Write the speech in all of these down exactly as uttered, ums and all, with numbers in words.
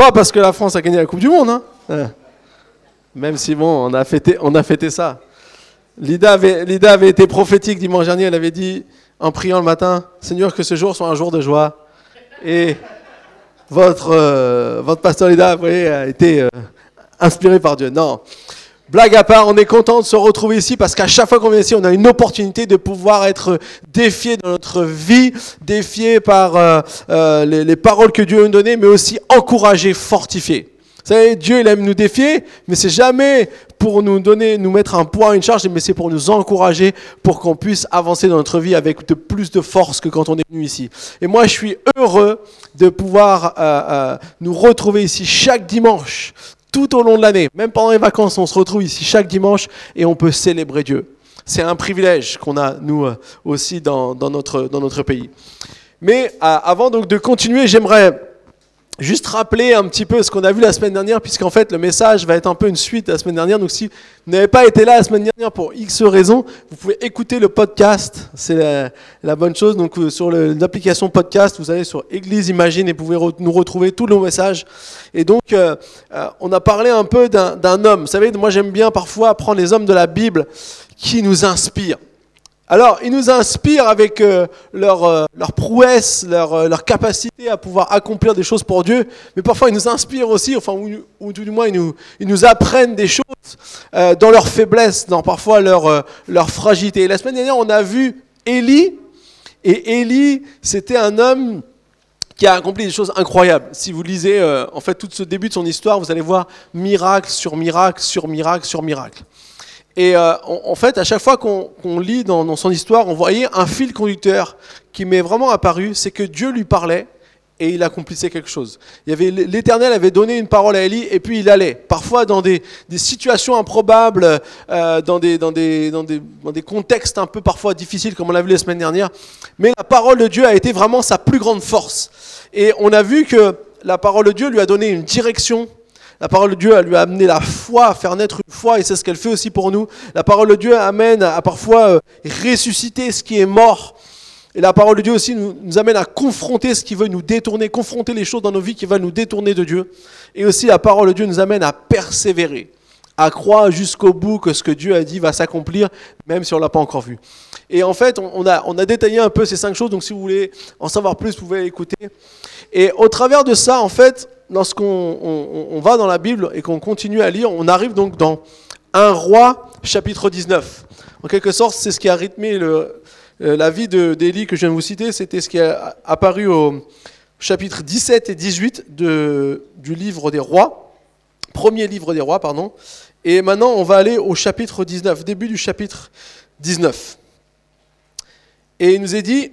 pas parce que la France a gagné la Coupe du Monde, hein. Ouais. Même si bon, on a fêté, on a fêté ça. Lida avait, Lida avait été prophétique dimanche dernier, elle avait dit en priant le matin, Seigneur, que ce jour soit un jour de joie. Et votre, euh, votre pasteur Lida, vous voyez, a été euh, inspiré par Dieu. Non, blague à part, on est content de se retrouver ici parce qu'à chaque fois qu'on vient ici, on a une opportunité de pouvoir être défié dans notre vie, défié par euh, euh, les, les paroles que Dieu nous donne, mais aussi encouragé, fortifié. Vous savez, Dieu, il aime nous défier, mais c'est jamais pour nous donner, nous mettre un poids, une charge, mais c'est pour nous encourager, pour qu'on puisse avancer dans notre vie avec de plus de force que quand on est venu ici. Et moi, je suis heureux de pouvoir euh, euh, nous retrouver ici chaque dimanche, tout au long de l'année. Même pendant les vacances, on se retrouve ici chaque dimanche et on peut célébrer Dieu. C'est un privilège qu'on a, nous, aussi dans, dans, notre, dans notre pays. Mais euh, avant donc de continuer, j'aimerais juste rappeler un petit peu ce qu'on a vu la semaine dernière, puisqu'en fait le message va être un peu une suite de la semaine dernière. Donc si vous n'avez pas été là la semaine dernière pour X raisons, vous pouvez écouter le podcast, c'est la, la bonne chose. Donc sur le, l'application podcast, vous allez sur Église Imagine et vous pouvez re, nous retrouver tous nos messages. Et donc euh, euh, on a parlé un peu d'un, d'un homme. Vous savez, moi j'aime bien parfois prendre les hommes de la Bible qui nous inspirent. Alors, ils nous inspirent avec euh, leur, euh, leur prouesse, leur, euh, leur capacité à pouvoir accomplir des choses pour Dieu, mais parfois ils nous inspirent aussi, enfin, ou, ou tout du moins ils nous, ils nous apprennent des choses euh, dans leur faiblesse, dans parfois leur, euh, leur fragilité. Et la semaine dernière, on a vu Élie, et Élie, c'était un homme qui a accompli des choses incroyables. Si vous lisez euh, en fait tout ce début de son histoire, vous allez voir miracle sur miracle sur miracle sur miracle. Et euh, en fait, à chaque fois qu'on, qu'on lit dans, dans son histoire, on voyait un fil conducteur qui m'est vraiment apparu, c'est que Dieu lui parlait et il accomplissait quelque chose. Il y avait, l'Éternel avait donné une parole à Élie et puis il allait. Parfois dans des, des situations improbables, euh, dans, des, dans, des, dans, des, dans des contextes un peu parfois difficiles, comme on l'a vu la semaine dernière. Mais la parole de Dieu a été vraiment sa plus grande force. Et on a vu que la parole de Dieu lui a donné une direction. La parole de Dieu lui a amené la foi, à faire naître une foi, et c'est ce qu'elle fait aussi pour nous. La parole de Dieu amène à parfois ressusciter ce qui est mort. Et la parole de Dieu aussi nous, nous amène à confronter ce qui veut nous détourner, confronter les choses dans nos vies qui veulent nous détourner de Dieu. Et aussi la parole de Dieu nous amène à persévérer, à croire jusqu'au bout que ce que Dieu a dit va s'accomplir, même si on ne l'a pas encore vu. Et en fait, on a, on a détaillé un peu ces cinq choses, donc si vous voulez en savoir plus, vous pouvez écouter. Et au travers de ça, en fait, lorsqu'on on, on va dans la Bible et qu'on continue à lire, on arrive donc dans un roi, chapitre dix-neuf. En quelque sorte, c'est ce qui a rythmé le, la vie de, d'Élie que je viens de vous citer. C'était ce qui a apparu au chapitre dix-sept et dix-huit de, du livre des rois, premier livre des rois, pardon. Et maintenant, on va aller au chapitre dix-neuf, début du chapitre dix-neuf. Et il nous est dit,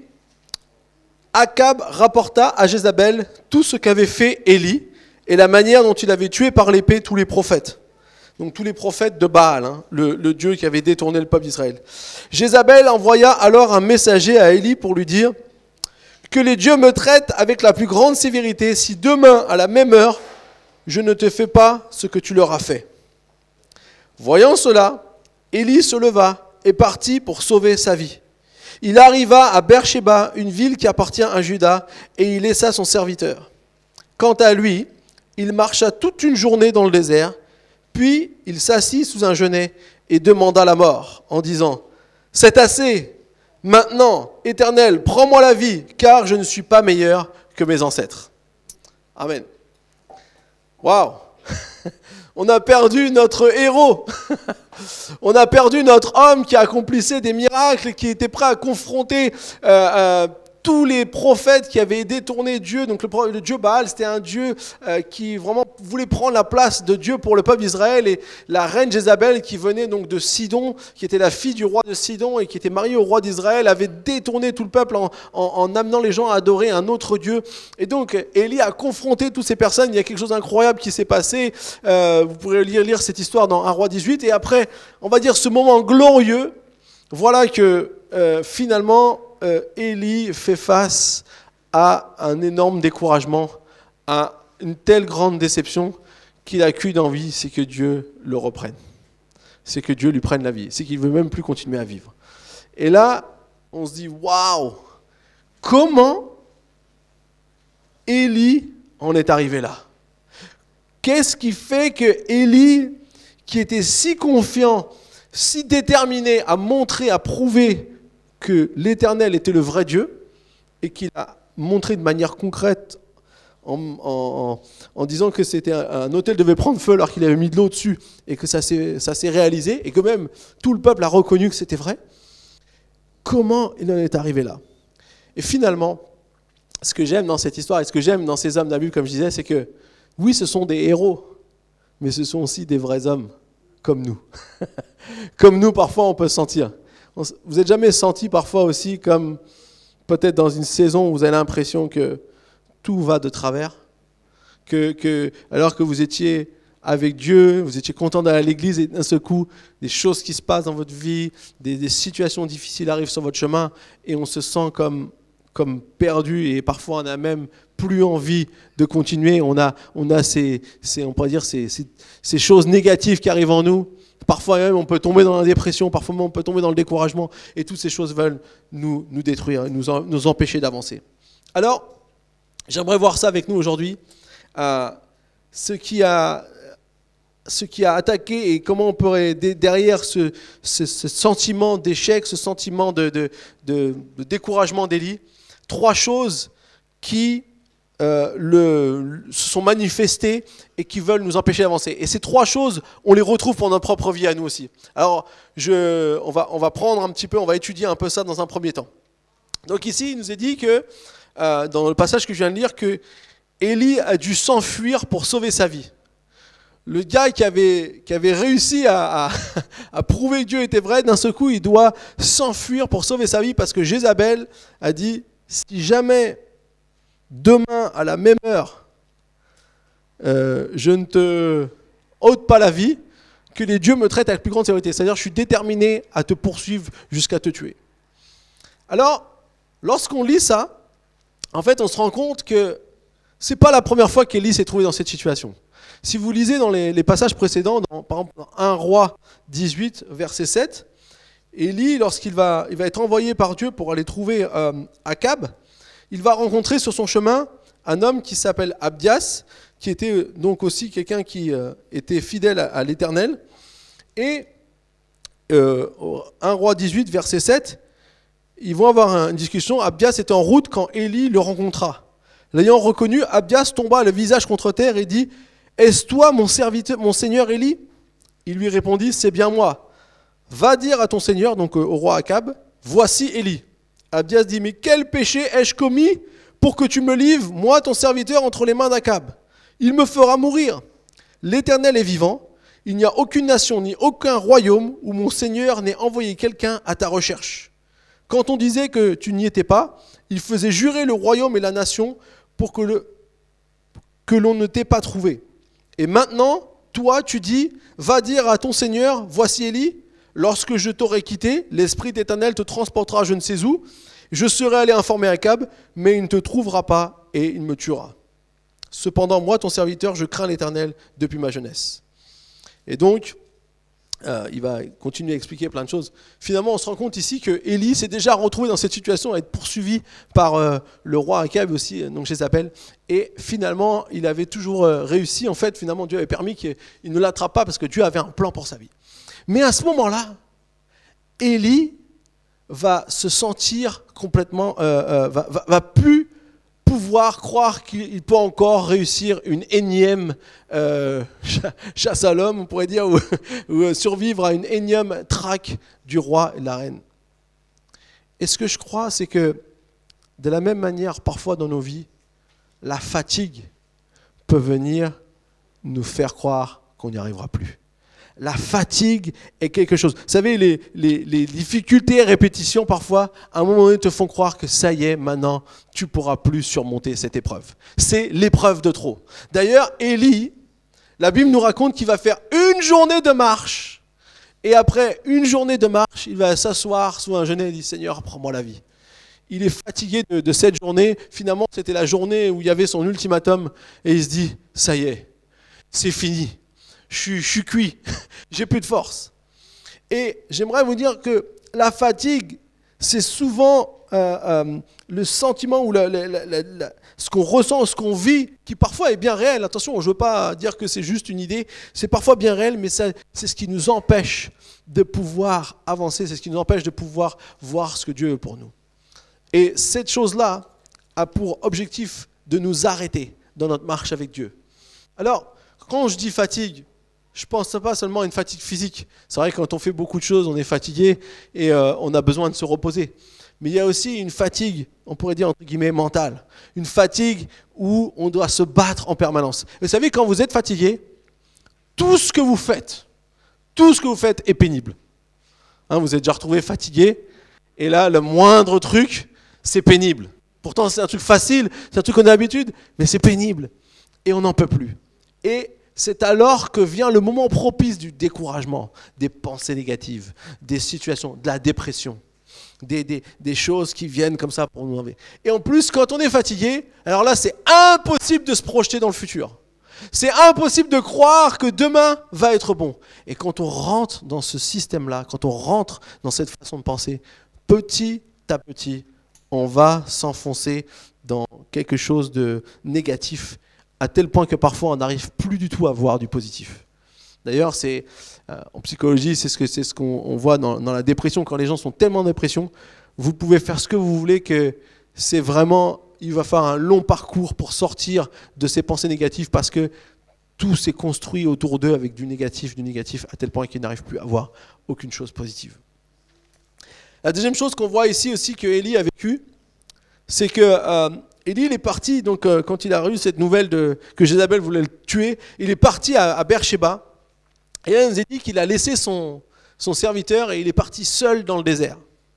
Akab rapporta à Jézabel tout ce qu'avait fait Élie et la manière dont il avait tué par l'épée tous les prophètes. Donc tous les prophètes de Baal, hein, le, le Dieu qui avait détourné le peuple d'Israël. Jézabel envoya alors un messager à Élie pour lui dire « Que les dieux me traitent avec la plus grande sévérité si demain, à la même heure, je ne te fais pas ce que tu leur as fait. » Voyant cela, Élie se leva et partit pour sauver sa vie. Il arriva à Beersheba, une ville qui appartient à Juda, et il laissa son serviteur. Quant à lui, il marcha toute une journée dans le désert, puis il s'assit sous un genêt et demanda la mort, en disant « C'est assez, maintenant, Éternel, prends-moi la vie, car je ne suis pas meilleur que mes ancêtres. » Amen. Waouh. On a perdu notre héros. On a perdu notre homme qui accomplissait des miracles et qui était prêt à confronter euh, euh, tous les prophètes qui avaient détourné Dieu. Donc le, le dieu Baal, c'était un dieu euh, qui vraiment voulait prendre la place de Dieu pour le peuple d'Israël. Et la reine Jézabel, qui venait donc de Sidon, qui était la fille du roi de Sidon et qui était mariée au roi d'Israël, avait détourné tout le peuple en, en, en amenant les gens à adorer un autre dieu. Et donc Élie a confronté toutes ces personnes. Il y a quelque chose d'incroyable qui s'est passé. Euh, vous pourrez lire, lire cette histoire dans un roi dix-huit. Et après, on va dire ce moment glorieux, voilà que euh, finalement... Euh, Élie fait face à un énorme découragement, à une telle grande déception qu'il a qu'une envie, c'est que Dieu le reprenne. C'est que Dieu lui prenne la vie. C'est qu'il ne veut même plus continuer à vivre. Et là, on se dit, waouh, comment Élie en est arrivé là ? Qu'est-ce qui fait que Élie, qui était si confiant, si déterminé à montrer, à prouver que l'Éternel était le vrai Dieu, et qu'il a montré de manière concrète en, en, en disant que c'était un, un autel devait prendre feu alors qu'il avait mis de l'eau dessus, et que ça s'est, ça s'est réalisé, et que même tout le peuple a reconnu que c'était vrai. Comment il en est arrivé là? Et finalement, ce que j'aime dans cette histoire, et ce que j'aime dans ces hommes de la Bible, comme je disais, c'est que oui, ce sont des héros, mais ce sont aussi des vrais hommes, comme nous. Comme nous, parfois, on peut se sentir. Vous n'êtes jamais senti parfois aussi comme peut-être dans une saison où vous avez l'impression que tout va de travers, que, que, alors que vous étiez avec Dieu, vous étiez content d'aller à l'église et d'un seul coup, des choses qui se passent dans votre vie, des, des situations difficiles arrivent sur votre chemin et on se sent comme, comme perdu et parfois on n'a même plus envie de continuer. On a, on a ces, ces, on pourrait dire ces, ces, ces choses négatives qui arrivent en nous. Parfois même on peut tomber dans la dépression, parfois même on peut tomber dans le découragement et toutes ces choses veulent nous, nous détruire, nous, en, nous empêcher d'avancer. Alors, j'aimerais voir ça avec nous aujourd'hui. Euh, ce qui a... ce qui a attaqué et comment on pourrait, derrière ce, ce, ce sentiment d'échec, ce sentiment de, de, de, de découragement d'Élie, trois choses qui euh, le, se sont manifestées et qui veulent nous empêcher d'avancer. Et ces trois choses, on les retrouve pour notre propre vie à nous aussi. Alors, je, on, va, on va prendre un petit peu, on va étudier un peu ça dans un premier temps. Donc ici, il nous est dit que, euh, dans le passage que je viens de lire, que Élie a dû s'enfuir pour sauver sa vie. Le gars qui avait, qui avait réussi à, à, à prouver que Dieu était vrai, d'un seul coup, il doit s'enfuir pour sauver sa vie parce que Jézabel a dit, si jamais demain à la même heure, euh, je ne te ôte pas la vie, que les dieux me traitent avec plus grande sévérité. C'est-à-dire, je suis déterminé à te poursuivre jusqu'à te tuer. Alors, lorsqu'on lit ça, en fait, on se rend compte que c'est pas la première fois qu'Élie s'est trouvé dans cette situation. Si vous lisez dans les, les passages précédents, dans, par exemple dans un roi dix-huit, verset sept, Élie, lorsqu'il va, il va être envoyé par Dieu pour aller trouver euh, Akab, il va rencontrer sur son chemin un homme qui s'appelle Abdias, qui était donc aussi quelqu'un qui euh, était fidèle à, à l'Éternel. Et euh, un roi dix-huit, verset sept, ils vont avoir une discussion. Abdias était en route quand Élie le rencontra. L'ayant reconnu, Abdias tomba le visage contre terre et dit « Est-ce toi mon serviteur, mon seigneur Élie ?» Il lui répondit « C'est bien moi. Va dire à ton seigneur, donc au roi Akab, voici Élie. » Abdias dit « Mais quel péché ai-je commis pour que tu me livres, moi ton serviteur, entre les mains d'Akab? Il me fera mourir. L'Éternel est vivant. Il n'y a aucune nation ni aucun royaume où mon seigneur n'ait envoyé quelqu'un à ta recherche. Quand on disait que tu n'y étais pas, il faisait jurer le royaume et la nation pour que, le, que l'on ne t'ait pas trouvé. Et maintenant, toi, tu dis, va dire à ton Seigneur, voici Élie, lorsque je t'aurai quitté, l'Esprit d'Éternel te transportera je ne sais où, je serai allé informer Akab, mais il ne te trouvera pas et il me tuera. Cependant, moi, ton serviteur, je crains l'Éternel depuis ma jeunesse. Et donc, euh, il va continuer à expliquer plein de choses. Finalement, on se rend compte ici que Élie s'est déjà retrouvé dans cette situation à être poursuivi par euh, le roi Akab aussi, donc Jézabel. Et finalement, il avait toujours euh, réussi. En fait, finalement, Dieu avait permis qu'il ne l'attrape pas parce que Dieu avait un plan pour sa vie. Mais à ce moment-là, Élie va se sentir complètement, euh, euh, va, va, va plus pouvoir croire qu'il peut encore réussir une énième euh, chasse à l'homme, on pourrait dire, ou, ou survivre à une énième traque du roi et de la reine. Et ce que je crois, c'est que de la même manière, parfois dans nos vies, la fatigue peut venir nous faire croire qu'on n'y arrivera plus. La fatigue est quelque chose. Vous savez, les, les, les difficultés et répétitions, parfois, à un moment donné, te font croire que ça y est, maintenant, tu ne pourras plus surmonter cette épreuve. C'est l'épreuve de trop. D'ailleurs, Élie, la Bible nous raconte qu'il va faire une journée de marche. Et après une journée de marche, il va s'asseoir sous un genêt et dire « Seigneur, prends-moi la vie ». Il est fatigué de, de cette journée. Finalement, c'était la journée où il y avait son ultimatum. Et il se dit « Ça y est, c'est fini. Je suis, je suis cuit, j'ai plus de force. » Et j'aimerais vous dire que la fatigue, c'est souvent euh, euh, le sentiment ou la, la, la, la, la, ce qu'on ressent, ce qu'on vit, qui parfois est bien réel. Attention, je ne veux pas dire que c'est juste une idée, c'est parfois bien réel, mais ça, c'est ce qui nous empêche de pouvoir avancer, c'est ce qui nous empêche de pouvoir voir ce que Dieu veut pour nous. Et cette chose-là a pour objectif de nous arrêter dans notre marche avec Dieu. Alors, quand je dis fatigue, je ne pense pas seulement à une fatigue physique. C'est vrai que quand on fait beaucoup de choses, on est fatigué et euh, on a besoin de se reposer. Mais il y a aussi une fatigue, on pourrait dire entre guillemets mentale. Une fatigue où on doit se battre en permanence. Vous savez, quand vous êtes fatigué, tout ce que vous faites, tout ce que vous faites est pénible. Hein, vous êtes déjà retrouvé fatigué et là, le moindre truc, c'est pénible. Pourtant, c'est un truc facile, c'est un truc qu'on a l'habitude, mais c'est pénible. Et on n'en peut plus. Et c'est alors que vient le moment propice du découragement, des pensées négatives, des situations, de la dépression, des, des, des choses qui viennent comme ça pour nous enlever. Et en plus, quand on est fatigué, alors là, c'est impossible de se projeter dans le futur. C'est impossible de croire que demain va être bon. Et quand on rentre dans ce système-là, quand on rentre dans cette façon de penser, petit à petit, on va s'enfoncer dans quelque chose de négatif, à tel point que parfois on n'arrive plus du tout à voir du positif. D'ailleurs, c'est, euh, en psychologie, c'est ce, que, c'est ce qu'on on voit dans, dans la dépression, quand les gens sont tellement en dépression, vous pouvez faire ce que vous voulez, que c'est vraiment, il va falloir un long parcours pour sortir de ces pensées négatives, parce que tout s'est construit autour d'eux avec du négatif, du négatif, à tel point qu'ils n'arrivent plus à voir aucune chose positive. La deuxième chose qu'on voit ici aussi que Élie a vécu, c'est que euh, Élie il est parti, donc, euh, quand il a eu cette nouvelle de, que Jézabel voulait le tuer, il est parti à, à Beersheba, et là, il nous a dit qu'il a laissé son, son serviteur et il est parti seul dans le désert.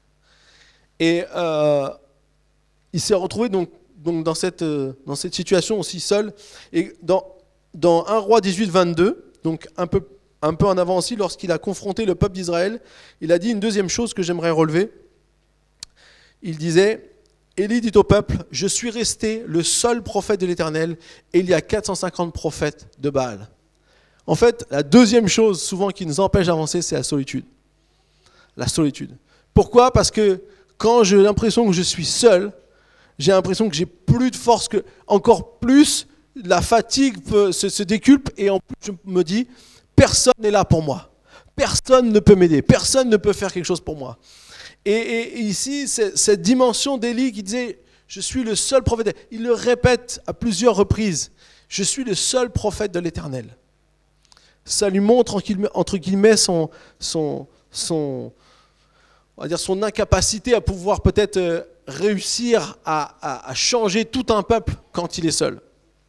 Et euh, il s'est retrouvé donc, donc dans, cette, euh, dans cette situation aussi seul. Et dans, dans premier Roi dix-huit, vingt-deux, donc un peu, un peu en avant aussi, lorsqu'il a confronté le peuple d'Israël, il a dit une deuxième chose que j'aimerais relever. Il disait... Élie dit au peuple, « Je suis resté le seul prophète de l'Éternel et il y a quatre cent cinquante prophètes de Baal. » En fait, la deuxième chose souvent qui nous empêche d'avancer, c'est la solitude. La solitude. Pourquoi ? Parce que quand j'ai l'impression que je suis seul, j'ai l'impression que j'ai plus de force, que encore plus la fatigue peut, se, se décuple, et en plus je me dis, personne n'est là pour moi. Personne ne peut m'aider, personne ne peut faire quelque chose pour moi. Et, et ici, c'est cette dimension d'Élie qui disait, je suis le seul prophète. Il le répète à plusieurs reprises, je suis le seul prophète de l'Éternel. Ça lui montre entre guillemets son, son, son, on va dire son incapacité à pouvoir peut-être réussir à, à, à changer tout un peuple quand il est seul.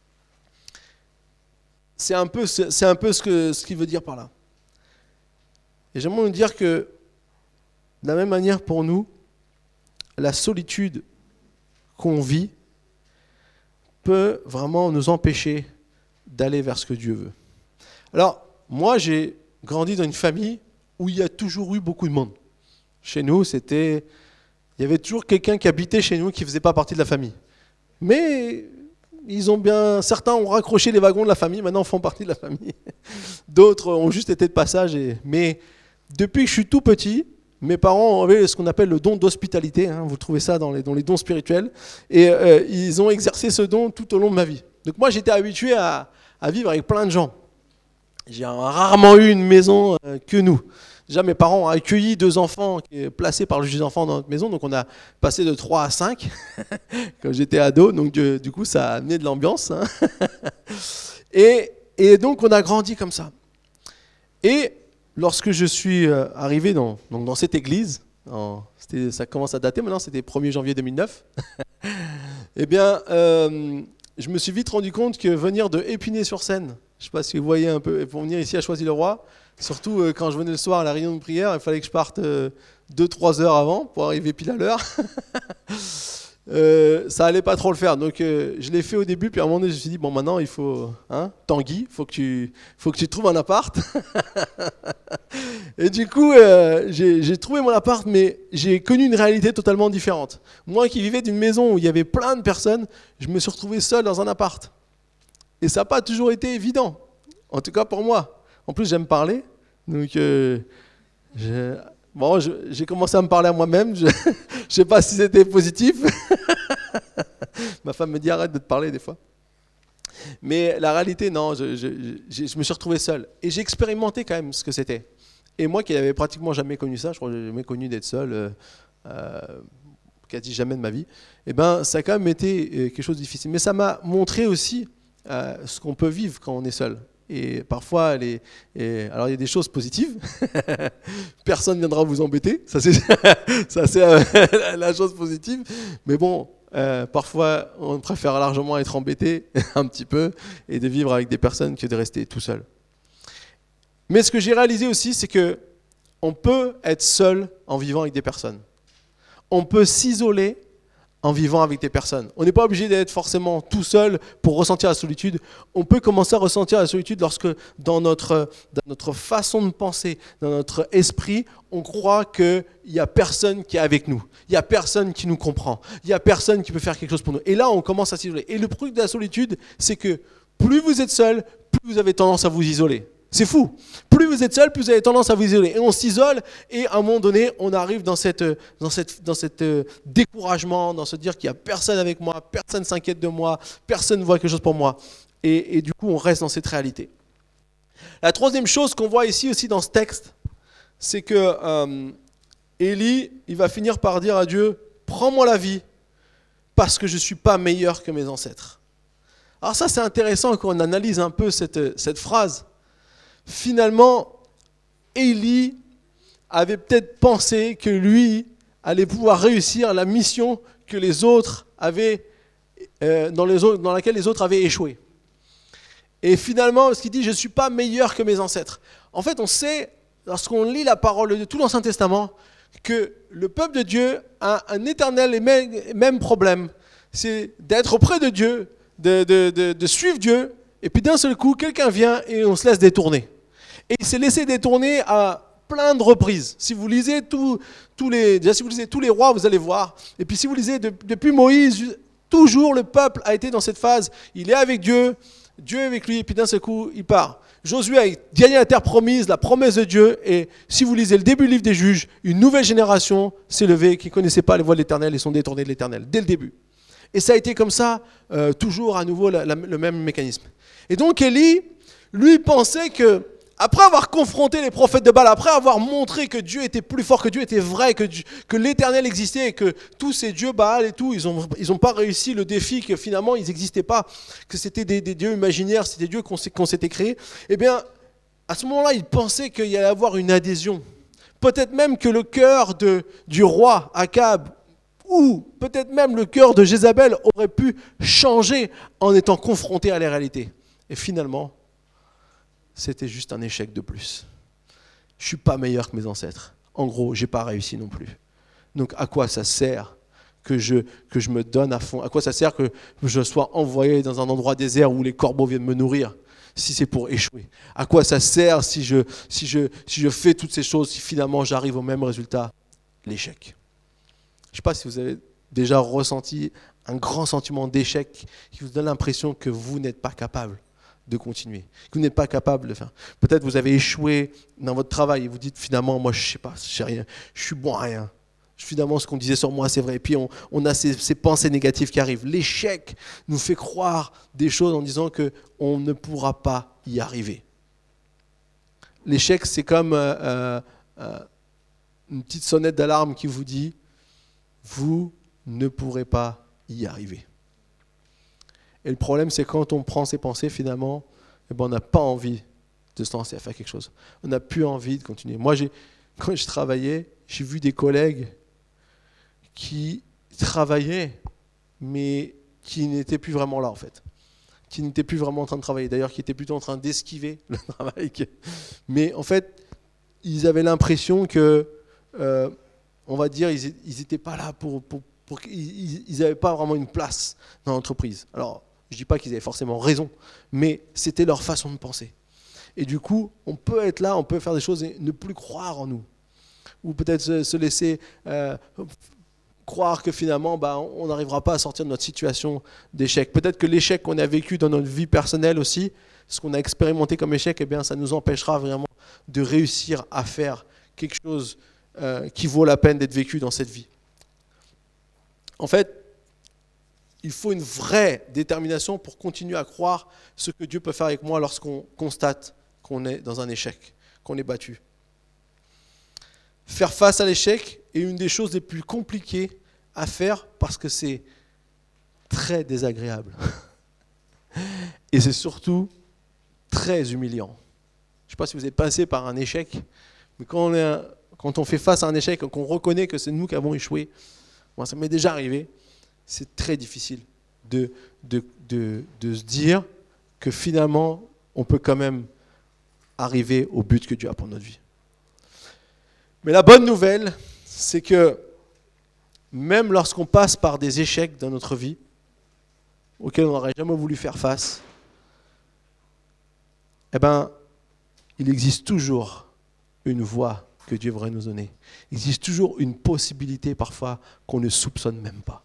C'est un peu, c'est un peu ce, que, ce qu'il veut dire par là. Et j'aimerais nous dire que de la même manière pour nous, la solitude qu'on vit peut vraiment nous empêcher d'aller vers ce que Dieu veut. Alors, moi, j'ai grandi dans une famille où il y a toujours eu beaucoup de monde. Chez nous, c'était, il y avait toujours quelqu'un qui habitait chez nous qui ne faisait pas partie de la famille. Mais ils ont bien, certains ont raccroché les wagons de la famille, maintenant font partie de la famille. D'autres ont juste été de passage. Et, mais depuis que je suis tout petit, mes parents avaient ce qu'on appelle le don d'hospitalité, hein, vous trouvez ça dans les, dans les dons spirituels, et euh, ils ont exercé ce don tout au long de ma vie. Donc moi j'étais habitué à, à vivre avec plein de gens. J'ai rarement eu une maison euh, que nous. Déjà mes parents ont accueilli deux enfants placés par le juge des enfants dans notre maison, donc on a passé de trois à cinq quand j'étais ado, donc du, du coup ça a amené de l'ambiance. Hein. et, et donc on a grandi comme ça. Et lorsque je suis arrivé dans, donc dans cette église, en, ça commence à dater maintenant, c'était le premier janvier deux mille neuf, eh bien, euh, je me suis vite rendu compte que venir de Épinay-sur-Seine, je ne sais pas si vous voyez un peu, pour venir ici à Choisy-le-Roi, surtout euh, quand je venais le soir à la réunion de prière, il fallait que je parte euh, deux trois heures avant pour arriver pile à l'heure. Euh, ça allait pas trop le faire, donc euh, je l'ai fait au début, puis à un moment donné je me suis dit bon maintenant il faut, hein, Tanguy, faut que tu, faut que tu trouves un appart. Et du coup euh, j'ai, j'ai trouvé mon appart, mais j'ai connu une réalité totalement différente. Moi qui vivais d'une maison où il y avait plein de personnes, je me suis retrouvé seul dans un appart, et ça n'a pas toujours été évident, en tout cas pour moi. En plus j'aime parler, donc euh, je... Bon, je- j'ai commencé à me parler à moi-même. Je ne sais pas si c'était positif. Ma femme me dit arrête de te parler des fois. Mais la réalité, non, je, je, je, je me suis retrouvé seul. Et j'ai expérimenté quand même ce que c'était. Et moi qui n'avais pratiquement jamais connu ça, je crois que j'ai jamais connu d'être seul, euh, euh, quasi jamais de ma vie, et ben, ça a quand même été euh, quelque chose de difficile. Mais ça m'a montré aussi euh, ce qu'on peut vivre quand on est seul. Et parfois, les, et, alors il y a des choses positives. Personne ne viendra vous embêter. Ça, c'est, ça, c'est euh, la chose positive. Mais bon, euh, parfois, on préfère largement être embêté un petit peu et de vivre avec des personnes que de rester tout seul. Mais ce que j'ai réalisé aussi, c'est que on peut être seul en vivant avec des personnes. On peut s'isoler en vivant avec des personnes. On n'est pas obligé d'être forcément tout seul pour ressentir la solitude. On peut commencer à ressentir la solitude lorsque dans notre, dans notre façon de penser, dans notre esprit, on croit qu'il n'y a personne qui est avec nous. Il n'y a personne qui nous comprend. Il n'y a personne qui peut faire quelque chose pour nous. Et là, on commence à s'isoler. Et le truc de la solitude, c'est que plus vous êtes seul, plus vous avez tendance à vous isoler. C'est fou. Plus vous êtes seul, plus vous avez tendance à vous isoler. Et on s'isole et à un moment donné, on arrive dans cette, dans cette, dans cette euh, découragement, dans se dire qu'il n'y a personne avec moi, personne ne s'inquiète de moi, personne ne voit quelque chose pour moi. Et, et du coup, on reste dans cette réalité. La troisième chose qu'on voit ici aussi dans ce texte, c'est que euh, Élie, il va finir par dire à Dieu, prends-moi la vie parce que je ne suis pas meilleur que mes ancêtres. Alors ça, c'est intéressant quand on analyse un peu cette, cette phrase. Finalement, Élie avait peut-être pensé que lui allait pouvoir réussir la mission que les autres avaient, euh, dans, les autres, dans laquelle les autres avaient échoué. Et finalement, ce qu'il dit, je ne suis pas meilleur que mes ancêtres. En fait, on sait, lorsqu'on lit la parole de tout l'Ancien Testament, que le peuple de Dieu a un éternel et même, même problème. C'est d'être auprès de Dieu, de, de, de, de suivre Dieu, et puis d'un seul coup, quelqu'un vient et on se laisse détourner. Et il s'est laissé détourner à plein de reprises. Si vous lisez tous, tous les, déjà si vous lisez tous les rois, vous allez voir. Et puis si vous lisez de, depuis Moïse, toujours le peuple a été dans cette phase. Il est avec Dieu, Dieu est avec lui, et puis d'un seul coup, il part. Josué a gagné la terre promise, la promesse de Dieu. Et si vous lisez le début du livre des Juges, une nouvelle génération s'est levée qui ne connaissait pas les voies de l'Éternel et sont détournés de l'Éternel, dès le début. Et ça a été comme ça, euh, toujours à nouveau la, la, le même mécanisme. Et donc Élie, lui, pensait que après avoir confronté les prophètes de Baal, après avoir montré que Dieu était plus fort, que Dieu était vrai, que, Dieu, que l'Éternel existait et que tous ces dieux Baal et tout, ils n'ont ils ont pas réussi le défi, que finalement ils n'existaient pas, que c'était des, des dieux imaginaires, c'était des dieux qu'on, qu'on s'était créés, eh bien, à ce moment-là, il pensait qu'il y allait avoir une adhésion. Peut-être même que le cœur de, du roi Akab, ou peut-être même le cœur de Jézabel aurait pu changer en étant confronté à la réalité. Et finalement, c'était juste un échec de plus. Je ne suis pas meilleur que mes ancêtres. En gros, je n'ai pas réussi non plus. Donc à quoi ça sert que je, que je me donne à fond? À quoi ça sert que je sois envoyé dans un endroit désert où les corbeaux viennent me nourrir, si c'est pour échouer? À quoi ça sert si je, si je, si je fais toutes ces choses, si finalement j'arrive au même résultat? L'échec. Je ne sais pas si vous avez déjà ressenti un grand sentiment d'échec qui vous donne l'impression que vous n'êtes pas capable de continuer, que vous n'êtes pas capable de faire. Peut-être vous avez échoué dans votre travail et vous dites finalement, moi je ne sais pas, je sais rien, je suis bon à rien. Finalement, ce qu'on disait sur moi, c'est vrai. Et puis on, on a ces, ces pensées négatives qui arrivent. L'échec nous fait croire des choses en disant qu'on ne pourra pas y arriver. L'échec, c'est comme euh, euh, une petite sonnette d'alarme qui vous dit « Vous ne pourrez pas y arriver ». Et le problème, c'est quand on prend ces pensées, finalement, eh ben, on n'a pas envie de se lancer à faire quelque chose. On n'a plus envie de continuer. Moi, j'ai, quand je travaillais, j'ai vu des collègues qui travaillaient, mais qui n'étaient plus vraiment là, en fait. Qui n'étaient plus vraiment en train de travailler. D'ailleurs, qui étaient plutôt en train d'esquiver le travail. Mais en fait, ils avaient l'impression que, euh, on va dire, ils n'étaient pas là pour... pour, pour ils n'avaient pas vraiment une place dans l'entreprise. Alors, je ne dis pas qu'ils avaient forcément raison, mais c'était leur façon de penser. Et du coup, on peut être là, on peut faire des choses et ne plus croire en nous. Ou peut-être se, se laisser euh, croire que finalement, bah, on n'arrivera pas à sortir de notre situation d'échec. Peut-être que l'échec qu'on a vécu dans notre vie personnelle aussi, ce qu'on a expérimenté comme échec, eh bien, ça nous empêchera vraiment de réussir à faire quelque chose euh, qui vaut la peine d'être vécu dans cette vie. En fait, il faut une vraie détermination pour continuer à croire ce que Dieu peut faire avec moi lorsqu'on constate qu'on est dans un échec, qu'on est battu. Faire face à l'échec est une des choses les plus compliquées à faire parce que c'est très désagréable. Et c'est surtout très humiliant. Je ne sais pas si vous êtes passé par un échec, mais quand on, est, quand on fait face à un échec, qu'on reconnaît que c'est nous qui avons échoué, moi ça m'est déjà arrivé, c'est très difficile de, de, de, de se dire que finalement, on peut quand même arriver au but que Dieu a pour notre vie. Mais la bonne nouvelle, c'est que même lorsqu'on passe par des échecs dans notre vie, auxquels on n'aurait jamais voulu faire face, eh ben, il existe toujours une voie que Dieu voudrait nous donner. Il existe toujours une possibilité parfois qu'on ne soupçonne même pas.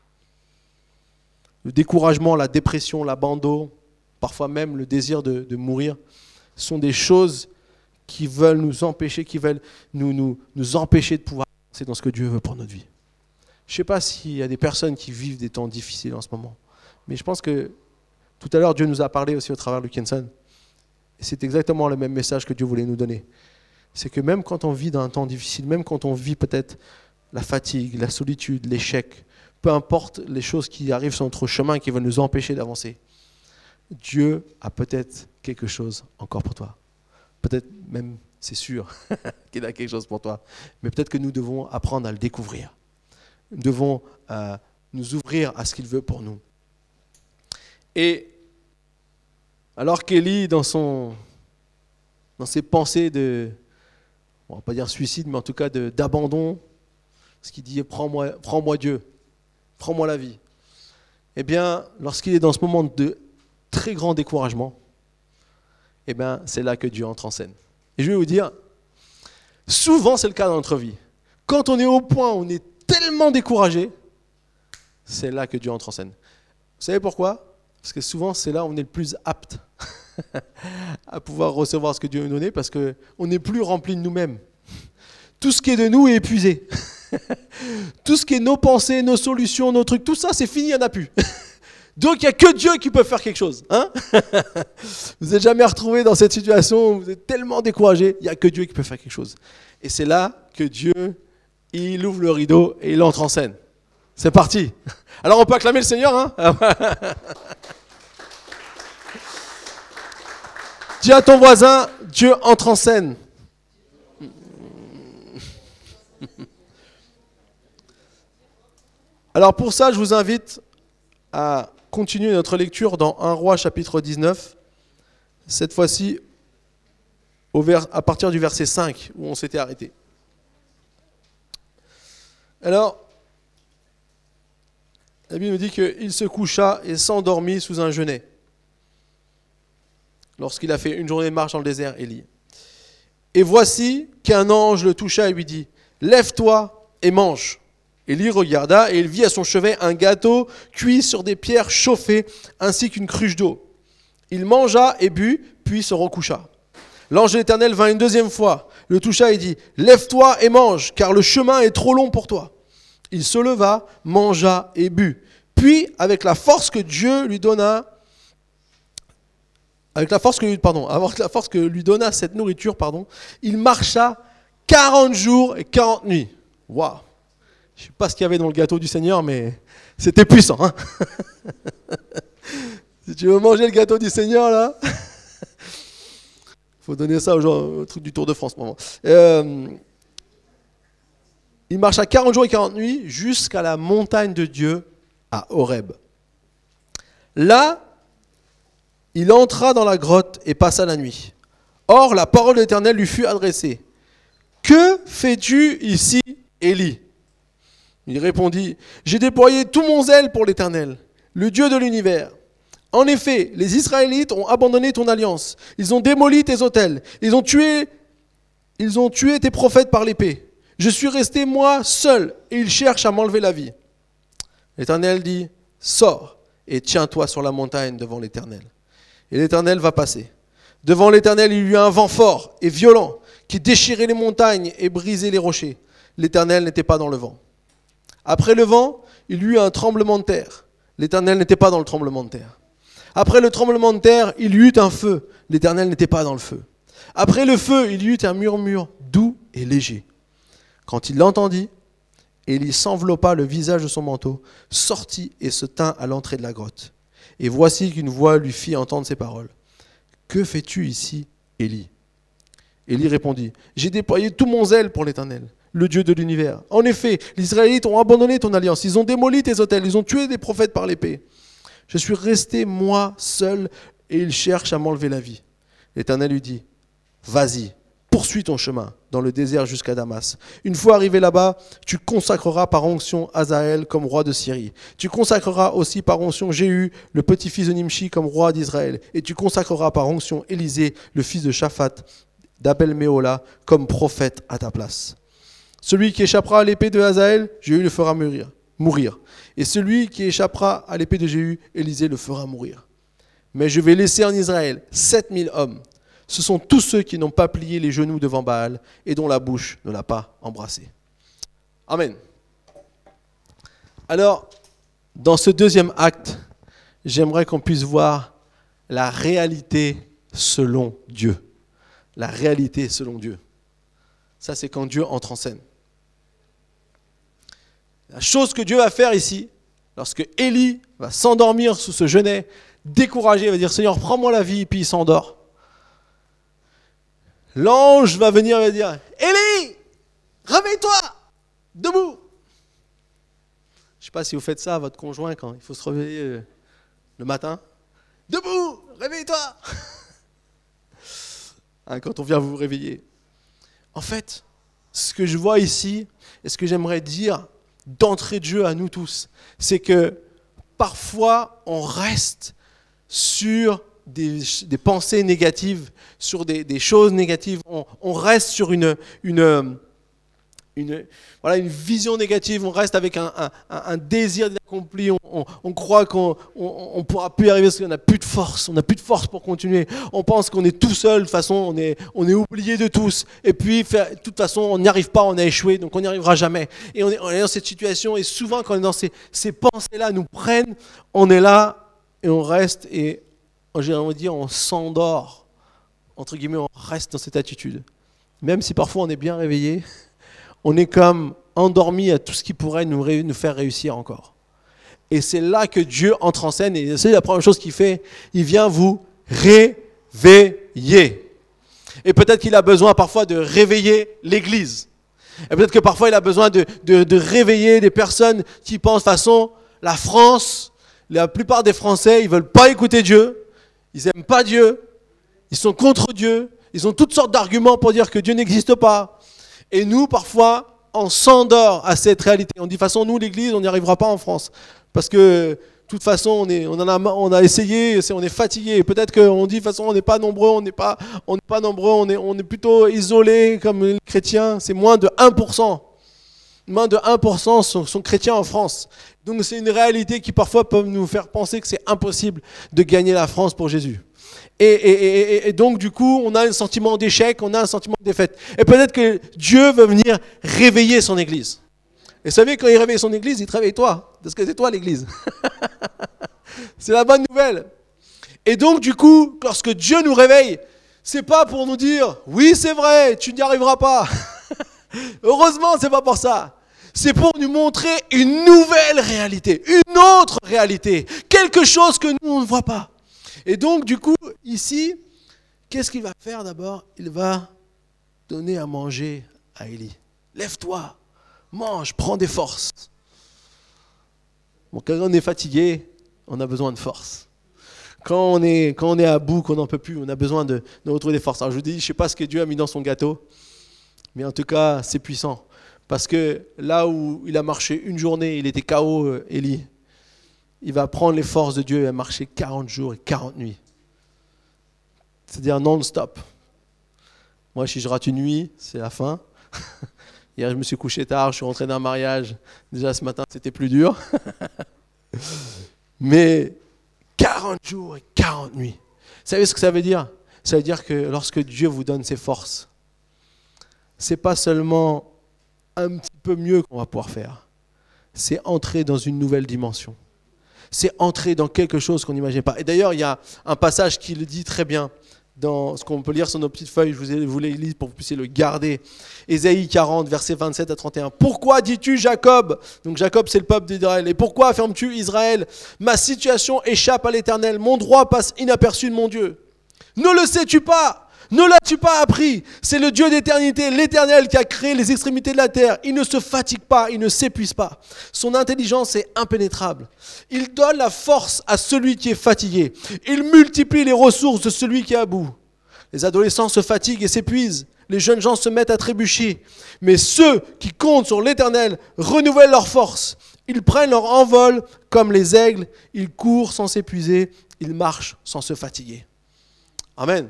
Le découragement, la dépression, l'abandon, parfois même le désir de, de mourir, sont des choses qui veulent nous empêcher, qui veulent nous, nous, nous empêcher de pouvoir avancer dans ce que Dieu veut pour notre vie. Je ne sais pas s'il y a des personnes qui vivent des temps difficiles en ce moment, mais je pense que tout à l'heure, Dieu nous a parlé aussi au travers de Kenson. Et c'est exactement le même message que Dieu voulait nous donner. C'est que même quand on vit dans un temps difficile, même quand on vit peut-être la fatigue, la solitude, l'échec, peu importe les choses qui arrivent sur notre chemin et qui veulent nous empêcher d'avancer, Dieu a peut-être quelque chose encore pour toi. Peut-être même, c'est sûr, qu'il a quelque chose pour toi. Mais peut-être que nous devons apprendre à le découvrir. Nous devons euh, nous ouvrir à ce qu'il veut pour nous. Et alors qu'Élie, dans, son, dans ses pensées de, on ne va pas dire suicide, mais en tout cas de, d'abandon, ce qu'il dit, prends-moi, prends-moi Dieu, prends-moi la vie. Eh bien, lorsqu'il est dans ce moment de très grand découragement, eh bien, c'est là que Dieu entre en scène. Et je vais vous dire, souvent c'est le cas dans notre vie. Quand on est au point où on est tellement découragé, c'est là que Dieu entre en scène. Vous savez pourquoi ? Parce que souvent, c'est là où on est le plus apte à pouvoir recevoir ce que Dieu veut nous donner, parce qu'on n'est plus rempli de nous-mêmes. Tout ce qui est de nous est épuisé. Tout ce qui est nos pensées, nos solutions, nos trucs, tout ça, c'est fini, il n'y en a plus. Donc, il n'y a que Dieu qui peut faire quelque chose. Hein. Vous n'êtes jamais retrouvé dans cette situation où vous êtes tellement découragé, il n'y a que Dieu qui peut faire quelque chose. Et c'est là que Dieu, il ouvre le rideau et il entre en scène. C'est parti. Alors, on peut acclamer le Seigneur. Hein. Dis à ton voisin, Dieu entre en scène. Alors pour ça, je vous invite à continuer notre lecture dans un Roi chapitre dix-neuf, cette fois-ci au vers, à partir du verset cinq, où on s'était arrêté. Alors, la Bible nous dit qu'il se coucha et s'endormit sous un genêt, lorsqu'il a fait une journée de marche dans le désert, Élie. Et voici qu'un ange le toucha et lui dit, « Lève-toi et mange. » Élie regarda et il vit à son chevet un gâteau cuit sur des pierres chauffées ainsi qu'une cruche d'eau. Il mangea et but, puis se recoucha. L'ange de l'Éternel vint une deuxième fois, le toucha et dit, « Lève-toi et mange, car le chemin est trop long pour toi. » Il se leva, mangea et but. Puis, avec la force que Dieu lui donna, avec la force que lui, pardon, avec la force que lui donna cette nourriture, pardon, il marcha quarante jours et quarante nuits. Waouh! Je ne sais pas ce qu'il y avait dans le gâteau du Seigneur, mais c'était puissant. Hein. Si tu veux manger le gâteau du Seigneur, là, il faut donner ça aux gens, au truc du Tour de France. Euh, il marcha quarante jours et quarante nuits jusqu'à la montagne de Dieu à Horeb. Là, il entra dans la grotte et passa la nuit. Or, la parole de l'Éternel lui fut adressée. « Que fais-tu ici, Élie ?» Il répondit, « J'ai déployé tout mon zèle pour l'Éternel, le Dieu de l'univers. En effet, les Israélites ont abandonné ton alliance. Ils ont démoli tes autels. Ils ont tué, ils ont tué tes prophètes par l'épée. Je suis resté moi seul et ils cherchent à m'enlever la vie. » L'Éternel dit, « Sors et tiens-toi sur la montagne devant l'Éternel. » Et l'Éternel va passer. Devant l'Éternel, il y eut un vent fort et violent qui déchirait les montagnes et brisait les rochers. L'Éternel n'était pas dans le vent. Après le vent, il y eut un tremblement de terre. L'Éternel n'était pas dans le tremblement de terre. Après le tremblement de terre, il y eut un feu. L'Éternel n'était pas dans le feu. Après le feu, il y eut un murmure doux et léger. Quand il l'entendit, Élie s'enveloppa le visage de son manteau, sortit et se tint à l'entrée de la grotte. Et voici qu'une voix lui fit entendre ces paroles. « Que fais-tu ici, Élie ?» Élie répondit, « J'ai déployé tout mon zèle pour l'Éternel, le Dieu de l'univers. En effet, les Israélites ont abandonné ton alliance, ils ont démoli tes autels, ils ont tué des prophètes par l'épée. Je suis resté, moi, seul, et ils cherchent à m'enlever la vie. » L'Éternel lui dit, « Vas-y, poursuis ton chemin dans le désert jusqu'à Damas. Une fois arrivé là-bas, tu consacreras par onction Hazaël comme roi de Syrie. Tu consacreras aussi par onction Jéhu, le petit-fils de Nimshi, comme roi d'Israël. Et tu consacreras par onction Élisée, le fils de Shaphat, d'Abel-Méhola, comme prophète à ta place. Celui qui échappera à l'épée de Hazaël, Jéhu le fera mourir. mourir. Et celui qui échappera à l'épée de Jéhu, Élisée le fera mourir. Mais je vais laisser en Israël sept mille hommes. Ce sont tous ceux qui n'ont pas plié les genoux devant Baal et dont la bouche ne l'a pas embrassé. Amen. Alors, dans ce deuxième acte, j'aimerais qu'on puisse voir la réalité selon Dieu. La réalité selon Dieu. Ça, c'est quand Dieu entre en scène. La chose que Dieu va faire ici, lorsque Élie va s'endormir sous ce genêt, découragé, il va dire « Seigneur, prends-moi la vie », et puis il s'endort. L'ange va venir et va dire « Élie, réveille-toi, debout !» Je ne sais pas si vous faites ça à votre conjoint quand il faut se réveiller le matin. « Debout, réveille-toi !» hein, quand on vient vous réveiller. En fait, ce que je vois ici, et ce que j'aimerais dire d'entrée de jeu à nous tous, c'est que parfois on reste sur des, des pensées négatives, sur des, des choses négatives, on, on reste sur une, une, une, voilà, une vision négative, on reste avec un, un, un désir d'accompli, on, on, on croit qu'on ne pourra plus y arriver parce qu'on n'a plus de force, on n'a plus de force pour continuer, on pense qu'on est tout seul, de toute façon on est, on est oublié de tous, et puis de toute façon on n'y arrive pas, on a échoué, donc on n'y arrivera jamais. Et on est, on est dans cette situation, et souvent quand on est dans ces, ces pensées-là nous prennent, on est là, et on reste, et j'ai envie de dire, on s'endort, entre guillemets, on reste dans cette attitude. Même si parfois on est bien réveillé, on est comme endormi à tout ce qui pourrait nous, ré- nous faire réussir encore. Et c'est là que Dieu entre en scène, et c'est la première chose qu'il fait, il vient vous réveiller. Et peut-être qu'il a besoin parfois de réveiller l'Église. Et peut-être que parfois il a besoin de, de, de réveiller des personnes qui pensent, de toute façon, la France, la plupart des Français, ils ne veulent pas écouter Dieu. Ils n'aiment pas Dieu, ils sont contre Dieu, ils ont toutes sortes d'arguments pour dire que Dieu n'existe pas. Et nous, parfois, on s'endort à cette réalité. On dit, de toute façon, nous, l'Église, on n'y arrivera pas en France. Parce que, de toute façon, on, est, on, en a, on a essayé, on est fatigué. Et peut-être qu'on dit, de toute façon, on n'est pas nombreux, on n'est pas, on n'est pas nombreux, on est, on est plutôt isolés comme les chrétiens. C'est moins de un pour cent. Moins de un pour cent sont, sont chrétiens en France. Donc c'est une réalité qui parfois peut nous faire penser que c'est impossible de gagner la France pour Jésus. Et, et, et, et donc du coup, on a un sentiment d'échec, on a un sentiment de défaite. Et peut-être que Dieu veut venir réveiller son Église. Et vous savez, quand il réveille son Église, il te réveille toi. Parce que c'est toi l'Église. C'est la bonne nouvelle. Et donc du coup, lorsque Dieu nous réveille, c'est pas pour nous dire « Oui, c'est vrai, tu n'y arriveras pas. » Heureusement, c'est pas pour ça. C'est pour nous montrer une nouvelle réalité, une autre réalité, quelque chose que nous, on ne voit pas. Et donc, du coup, ici, qu'est-ce qu'il va faire d'abord ? Il va donner à manger à Élie. Lève-toi, mange, prends des forces. Bon, quand on est fatigué, on a besoin de force. Quand on est, quand on est à bout, qu'on n'en peut plus, on a besoin de, de retrouver des forces. Alors je vous dis, je ne sais pas ce que Dieu a mis dans son gâteau, mais en tout cas, c'est puissant. Parce que là où il a marché une journée, il était K O, Élie. Il va prendre les forces de Dieu et va marcher quarante jours et quarante nuits. C'est-à-dire non-stop. Moi, si je rate une nuit, c'est la fin. Hier, je me suis couché tard, je suis rentré d'un mariage. Déjà, ce matin, c'était plus dur. Mais quarante jours et quarante nuits. Vous savez ce que ça veut dire ? Ça veut dire que lorsque Dieu vous donne ses forces, c'est pas seulement un petit peu mieux qu'on va pouvoir faire. C'est entrer dans une nouvelle dimension. C'est entrer dans quelque chose qu'on n'imagine pas. Et d'ailleurs, il y a un passage qui le dit très bien dans ce qu'on peut lire sur nos petites feuilles. Je vous ai, vous les lis pour que vous puissiez le garder. Ésaïe quarante, versets vingt-sept à trente et un. Pourquoi dis-tu Jacob? Donc Jacob, c'est le peuple d'Israël. Et pourquoi affirmes-tu Israël? Ma situation échappe à l'Éternel. Mon droit passe inaperçu de mon Dieu. Ne le sais-tu pas? Ne l'as-tu pas appris? C'est le Dieu d'éternité, l'Éternel qui a créé les extrémités de la terre. Il ne se fatigue pas, il ne s'épuise pas. Son intelligence est impénétrable. Il donne la force à celui qui est fatigué. Il multiplie les ressources de celui qui est à bout. Les adolescents se fatiguent et s'épuisent. Les jeunes gens se mettent à trébucher. Mais ceux qui comptent sur l'Éternel renouvellent leur force. Ils prennent leur envol comme les aigles. Ils courent sans s'épuiser. Ils marchent sans se fatiguer. Amen.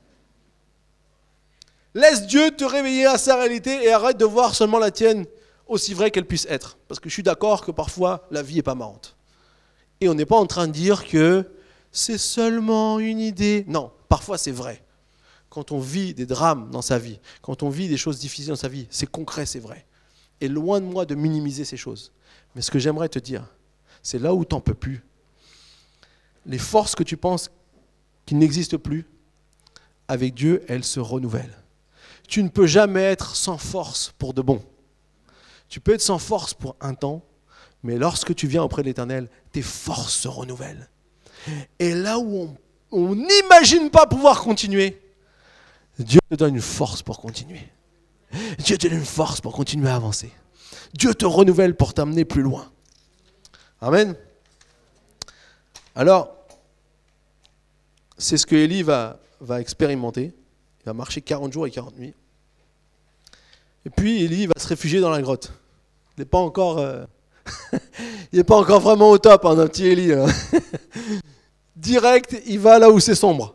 Laisse Dieu te réveiller à sa réalité et arrête de voir seulement la tienne aussi vraie qu'elle puisse être. Parce que je suis d'accord que parfois, la vie n'est pas marrante. Et on n'est pas en train de dire que c'est seulement une idée. Non, parfois c'est vrai. Quand on vit des drames dans sa vie, quand on vit des choses difficiles dans sa vie, c'est concret, c'est vrai. Et loin de moi de minimiser ces choses. Mais ce que j'aimerais te dire, c'est là où tu n'en peux plus. Les forces que tu penses qui n'existent plus, avec Dieu, elles se renouvellent. Tu ne peux jamais être sans force pour de bon. Tu peux être sans force pour un temps, mais lorsque tu viens auprès de l'Éternel, tes forces se renouvellent. Et là où on n'imagine pas pouvoir continuer, Dieu te donne une force pour continuer. Dieu te donne une force pour continuer à avancer. Dieu te renouvelle pour t'amener plus loin. Amen. Alors, c'est ce que Élie va, va expérimenter. Il va marcher quarante jours et quarante nuits. Et puis Élie va se réfugier dans la grotte. Il n'est pas encore, euh... il n'est pas encore vraiment au top, hein, notre petit Élie. Direct, il va là où c'est sombre.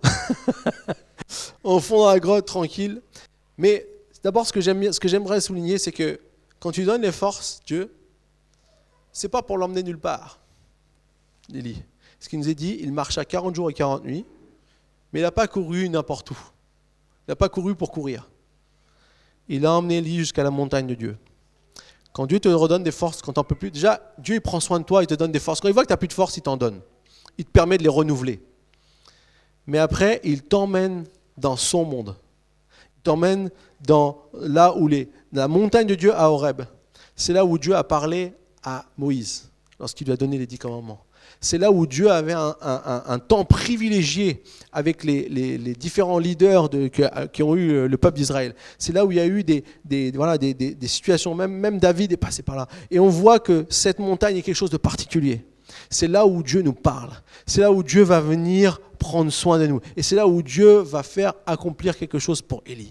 Au fond dans la grotte, tranquille. Mais d'abord, ce que, j'aime, ce que j'aimerais souligner, c'est que quand tu donnes les forces, Dieu, c'est pas pour l'emmener nulle part, Élie. Ce qu'il nous est dit, il marcha quarante jours et quarante nuits, mais il n'a pas couru n'importe où. Il n'a pas couru pour courir. Il a emmené Élie jusqu'à la montagne de Dieu. Quand Dieu te redonne des forces, quand tu n'en peux plus, déjà, Dieu il prend soin de toi, il te donne des forces. Quand il voit que tu n'as plus de force, il t'en donne. Il te permet de les renouveler. Mais après, il t'emmène dans son monde. Il t'emmène dans là où les, la montagne de Dieu à Horeb. C'est là où Dieu a parlé à Moïse, lorsqu'il lui a donné les dix commandements. C'est là où Dieu avait un, un, un, un temps privilégié avec les, les, les différents leaders de, qui, qui ont eu le peuple d'Israël. C'est là où il y a eu des, des, voilà, des, des, des situations, même, même David est passé par là. Et on voit que cette montagne est quelque chose de particulier. C'est là où Dieu nous parle. C'est là où Dieu va venir prendre soin de nous. Et c'est là où Dieu va faire accomplir quelque chose pour Élie.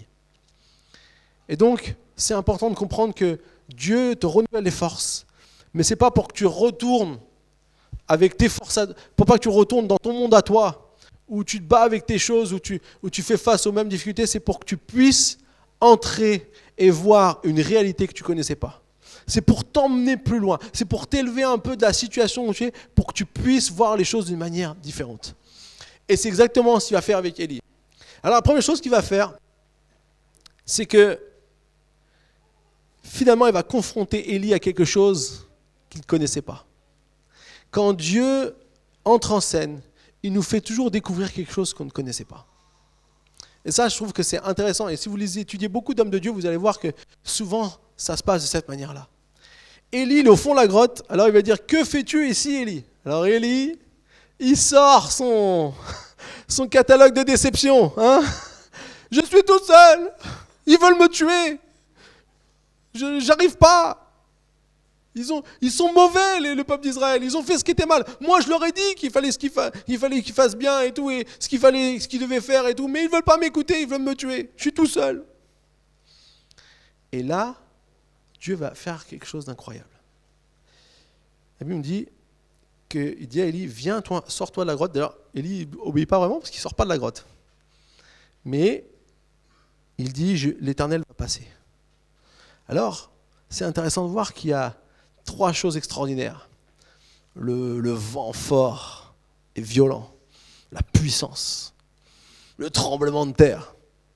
Et donc, c'est important de comprendre que Dieu te renouvelle les forces. Mais ce n'est pas pour que tu retournes avec tes forces, à, pour pas que tu retournes dans ton monde à toi, où tu te bats avec tes choses, où tu, où tu fais face aux mêmes difficultés, c'est pour que tu puisses entrer et voir une réalité que tu ne connaissais pas. C'est pour t'emmener plus loin, c'est pour t'élever un peu de la situation où tu es, pour que tu puisses voir les choses d'une manière différente. Et c'est exactement ce qu'il va faire avec Élie. Alors la première chose qu'il va faire, c'est que finalement il va confronter Élie à quelque chose qu'il ne connaissait pas. Quand Dieu entre en scène, il nous fait toujours découvrir quelque chose qu'on ne connaissait pas. Et ça, je trouve que c'est intéressant. Et si vous les étudiez beaucoup d'hommes de Dieu, vous allez voir que souvent, ça se passe de cette manière-là. Élie, il est au fond de la grotte. Alors, il va dire, que fais-tu ici, Élie? Alors, Élie, il sort son, son catalogue de déception. Hein, je suis tout seul. Ils veulent me tuer. Je n'arrive pas. Ils, ont, ils sont mauvais, les, le peuple d'Israël. Ils ont fait ce qui était mal. Moi, je leur ai dit qu'il fallait ce qu'il fa, il fallait qu'ils fassent bien et tout, et ce qu'il fallait, ce qu'ils devaient faire et tout. Mais ils ne veulent pas m'écouter, ils veulent me tuer. Je suis tout seul. Et là, Dieu va faire quelque chose d'incroyable. La Bible me dit qu'il dit à Élie, viens, toi, sors-toi de la grotte. D'ailleurs, Élie n'obéit pas vraiment parce qu'il ne sort pas de la grotte. Mais il dit, je, l'Éternel va passer. Alors, c'est intéressant de voir qu'il y a trois choses extraordinaires. Le, le vent fort et violent, la puissance, le tremblement de terre.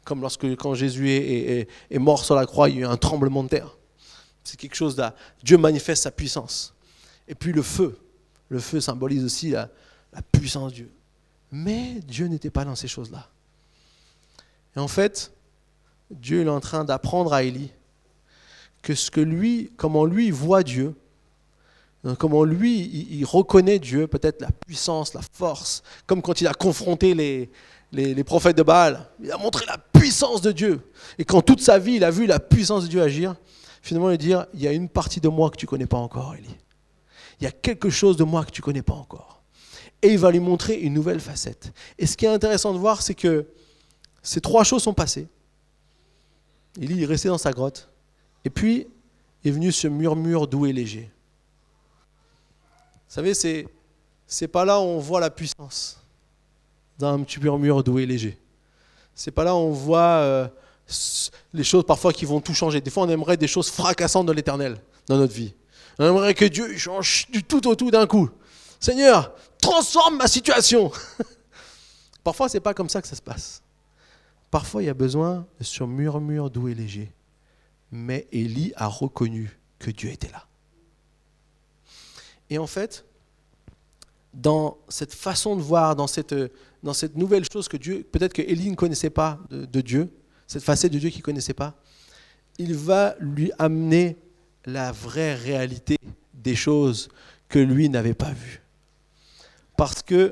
comme lorsque quand Jésus est, est, est mort sur la croix, il y a eu un tremblement de terre. C'est quelque chose là. Dieu manifeste sa puissance. Et puis le feu. Le feu symbolise aussi la, la puissance de Dieu. Mais Dieu n'était pas dans ces choses-là. Et en fait, Dieu est en train d'apprendre à Élie que ce que lui, comment lui voit Dieu, comment lui, il, il reconnaît Dieu, peut-être la puissance, la force, comme quand il a confronté les, les, les prophètes de Baal, il a montré la puissance de Dieu. Et quand toute sa vie, il a vu la puissance de Dieu agir, finalement, il dit, il y a une partie de moi que tu ne connais pas encore, Élie. Il y a quelque chose de moi que tu ne connais pas encore. Et il va lui montrer une nouvelle facette. Et ce qui est intéressant de voir, c'est que ces trois choses sont passées. Élie est resté dans sa grotte. Et puis, est venu ce murmure doux et léger. Vous savez, c'est, c'est pas là où on voit la puissance, dans un petit murmure doux et léger. C'est pas là où on voit euh, les choses parfois qui vont tout changer. Des fois, on aimerait des choses fracassantes de l'Éternel dans notre vie. On aimerait que Dieu change du tout au tout d'un coup. Seigneur, transforme ma situation. Parfois, c'est pas comme ça que ça se passe. Parfois, il y a besoin de ce murmure doux et léger. Mais Élie a reconnu que Dieu était là. Et en fait, dans cette façon de voir, dans cette, dans cette nouvelle chose que Dieu, peut-être que Élie ne connaissait pas de, de Dieu, cette facette de Dieu qu'il ne connaissait pas, il va lui amener la vraie réalité des choses que lui n'avait pas vues. Parce que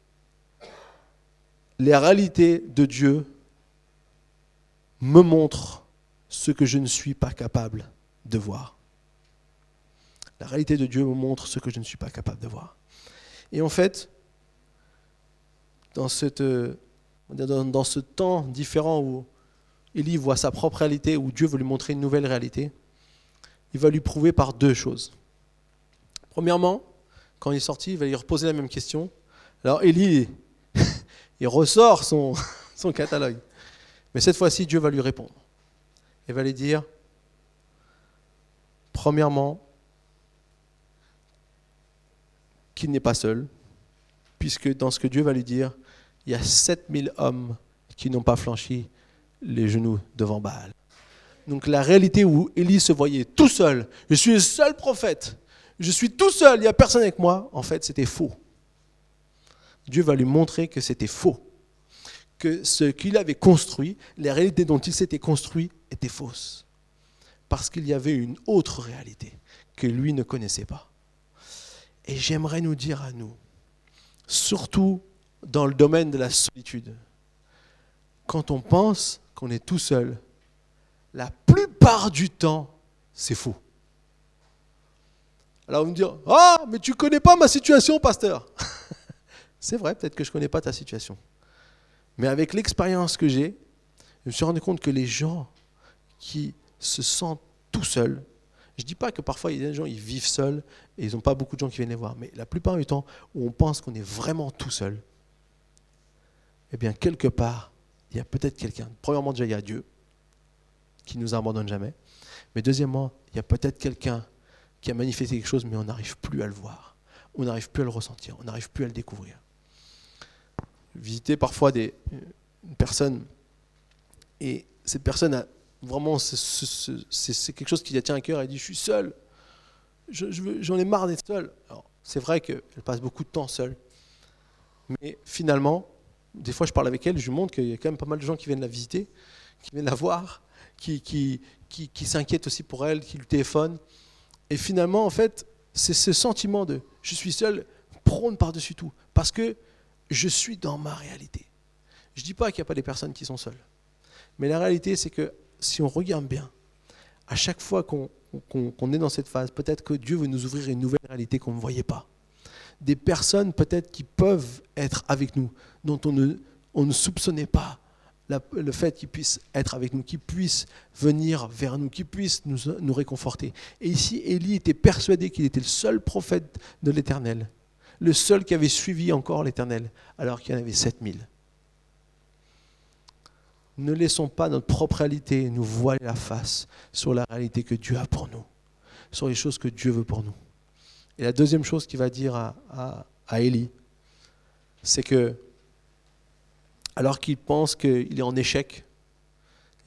les réalités de Dieu me montrent ce que je ne suis pas capable de voir. La réalité de Dieu me montre ce que je ne suis pas capable de voir. Et en fait, dans, cette, dans, dans ce temps différent où Élie voit sa propre réalité, où Dieu veut lui montrer une nouvelle réalité, il va lui prouver par deux choses. Premièrement, quand il est sorti, il va lui reposer la même question. Alors Élie, il ressort son, son catalogue. Mais cette fois-ci, Dieu va lui répondre. Il va lui dire, premièrement, qu'il n'est pas seul, puisque dans ce que Dieu va lui dire, il y a sept mille hommes qui n'ont pas flanchi les genoux devant Baal. Donc la réalité où Élie se voyait tout seul, je suis le seul prophète, je suis tout seul, il n'y a personne avec moi, en fait c'était faux. Dieu va lui montrer que c'était faux, que ce qu'il avait construit, les réalités dont il s'était construit étaient fausses, parce qu'il y avait une autre réalité que lui ne connaissait pas. Et j'aimerais nous dire à nous, surtout dans le domaine de la solitude, quand on pense qu'on est tout seul, la plupart du temps, c'est faux. Alors vous me direz, ah, mais tu ne connais pas ma situation, pasteur. C'est vrai, peut-être que je ne connais pas ta situation. Mais avec l'expérience que j'ai, je me suis rendu compte que les gens qui se sentent tout seuls, je ne dis pas que parfois il y a des gens qui vivent seuls et ils n'ont pas beaucoup de gens qui viennent les voir, mais la plupart du temps où on pense qu'on est vraiment tout seul, eh bien quelque part, il y a peut-être quelqu'un. Premièrement, déjà, il y a Dieu qui ne nous abandonne jamais. Mais deuxièmement, il y a peut-être quelqu'un qui a manifesté quelque chose, mais on n'arrive plus à le voir. On n'arrive plus à le ressentir. On n'arrive plus à le découvrir. Visiter parfois des, une personne, et cette personne a vraiment, c'est, c'est, c'est quelque chose qui la tient à cœur. Elle dit, je suis seul. Je, je veux, j'en ai marre d'être seul. Alors, c'est vrai qu'elle passe beaucoup de temps seule. Mais finalement, des fois, je parle avec elle, je lui montre qu'il y a quand même pas mal de gens qui viennent la visiter, qui viennent la voir, qui, qui, qui, qui s'inquiètent aussi pour elle, qui lui téléphonent. Et finalement, en fait, c'est ce sentiment de « je suis seul » prône par-dessus tout. Parce que je suis dans ma réalité. Je ne dis pas qu'il n'y a pas des personnes qui sont seules. Mais la réalité, c'est que si on regarde bien, à chaque fois qu'on, qu'on, qu'on est dans cette phase, peut-être que Dieu veut nous ouvrir une nouvelle réalité qu'on ne voyait pas. Des personnes peut-être qui peuvent être avec nous, dont on ne, on ne soupçonnait pas la, le fait qu'ils puissent être avec nous, qu'ils puissent venir vers nous, qu'ils puissent nous, nous réconforter. Et ici, Élie était persuadé qu'il était le seul prophète de l'Éternel, le seul qui avait suivi encore l'Éternel, alors qu'il y en avait sept mille. Ne laissons pas notre propre réalité nous voiler la face sur la réalité que Dieu a pour nous, sur les choses que Dieu veut pour nous. Et la deuxième chose qu'il va dire à, à, à Élie, c'est que, alors qu'il pense qu'il est en échec,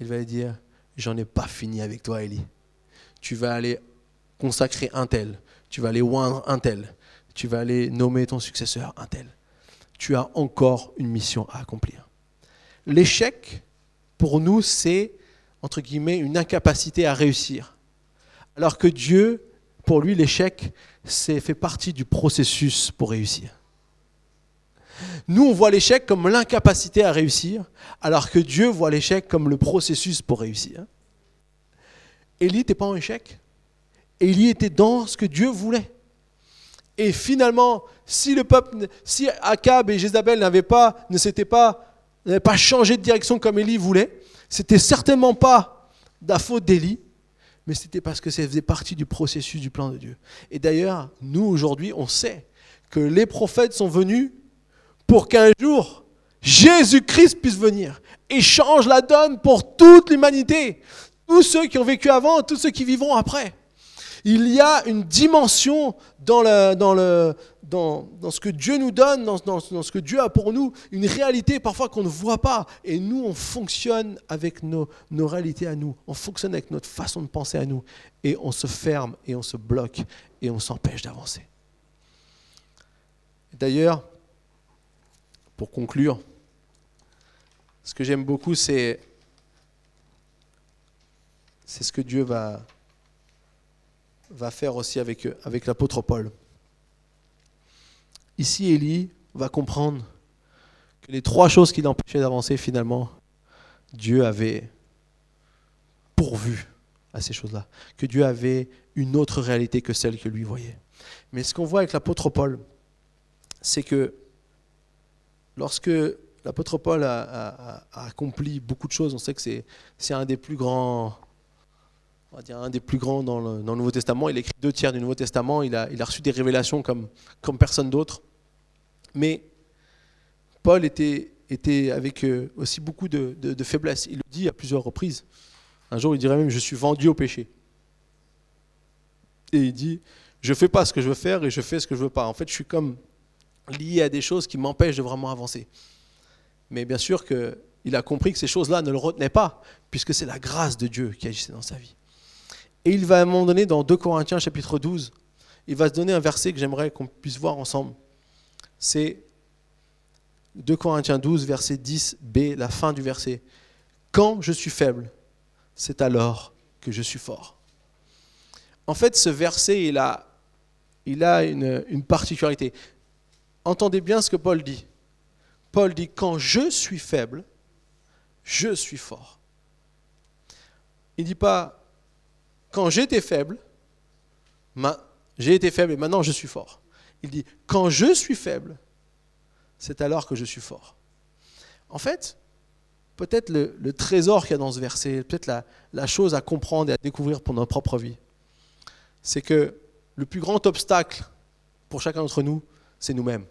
il va lui dire, j'en ai pas fini avec toi, Élie. Tu vas aller consacrer un tel, tu vas aller oindre un tel, tu vas aller nommer ton successeur un tel. Tu as encore une mission à accomplir. L'échec, pour nous, c'est, entre guillemets, une incapacité à réussir. Alors que Dieu, pour lui, l'échec, c'est fait partie du processus pour réussir. Nous, on voit l'échec comme l'incapacité à réussir, alors que Dieu voit l'échec comme le processus pour réussir. Élie n'était pas en échec. Élie était dans ce que Dieu voulait. Et finalement, si le peuple, si Akab et Jézabel n'avaient pas, ne s'étaient pas, n'avaient pas changé de direction comme Élie voulait, c'était certainement pas la faute d'Élie, mais c'était parce que ça faisait partie du processus du plan de Dieu. Et d'ailleurs, nous aujourd'hui, on sait que les prophètes sont venus pour qu'un jour, Jésus-Christ puisse venir et change la donne pour toute l'humanité. Tous ceux qui ont vécu avant, tous ceux qui vivront après. Il y a une dimension dans, le, dans, le, dans, dans ce que Dieu nous donne, dans, dans, dans ce que Dieu a pour nous, une réalité parfois qu'on ne voit pas. Et nous, on fonctionne avec nos, nos réalités à nous. On fonctionne avec notre façon de penser à nous. Et on se ferme et on se bloque et on s'empêche d'avancer. D'ailleurs, pour conclure, ce que j'aime beaucoup, c'est, c'est ce que Dieu va... va faire aussi avec, avec l'apôtre Paul. Ici, Élie va comprendre que les trois choses qui l'empêchaient d'avancer, finalement, Dieu avait pourvu à ces choses-là. Que Dieu avait une autre réalité que celle que lui voyait. Mais ce qu'on voit avec l'apôtre Paul, c'est que lorsque l'apôtre Paul a, a, a accompli beaucoup de choses, on sait que c'est, c'est un des plus grands... on va dire un des plus grands dans le, dans le Nouveau Testament. Il a écrit deux tiers du Nouveau Testament. Il a, il a reçu des révélations comme, comme personne d'autre. Mais Paul était, était avec aussi beaucoup de, de, de faiblesse. Il le dit à plusieurs reprises. Un jour, il dirait même « je suis vendu au péché ». Et il dit « je ne fais pas ce que je veux faire et je fais ce que je ne veux pas ». En fait, je suis comme lié à des choses qui m'empêchent de vraiment avancer. Mais bien sûr qu'il a compris que ces choses-là ne le retenaient pas, puisque c'est la grâce de Dieu qui agissait dans sa vie. Et il va à un moment donné, dans deux Corinthiens chapitre douze, il va se donner un verset que j'aimerais qu'on puisse voir ensemble. C'est deux Corinthiens douze, verset dix b, la fin du verset. « Quand je suis faible, c'est alors que je suis fort. » En fait, ce verset, il a, il a une, une particularité. Entendez bien ce que Paul dit. Paul dit « Quand je suis faible, je suis fort. » Il ne dit pas « Quand j'étais faible, ma, j'ai été faible et maintenant je suis fort. » Il dit « Quand je suis faible, c'est alors que je suis fort. » En fait, peut-être le, le trésor qu'il y a dans ce verset, peut-être la, la chose à comprendre et à découvrir pour notre propre vie, c'est que le plus grand obstacle pour chacun d'entre nous, c'est nous-mêmes.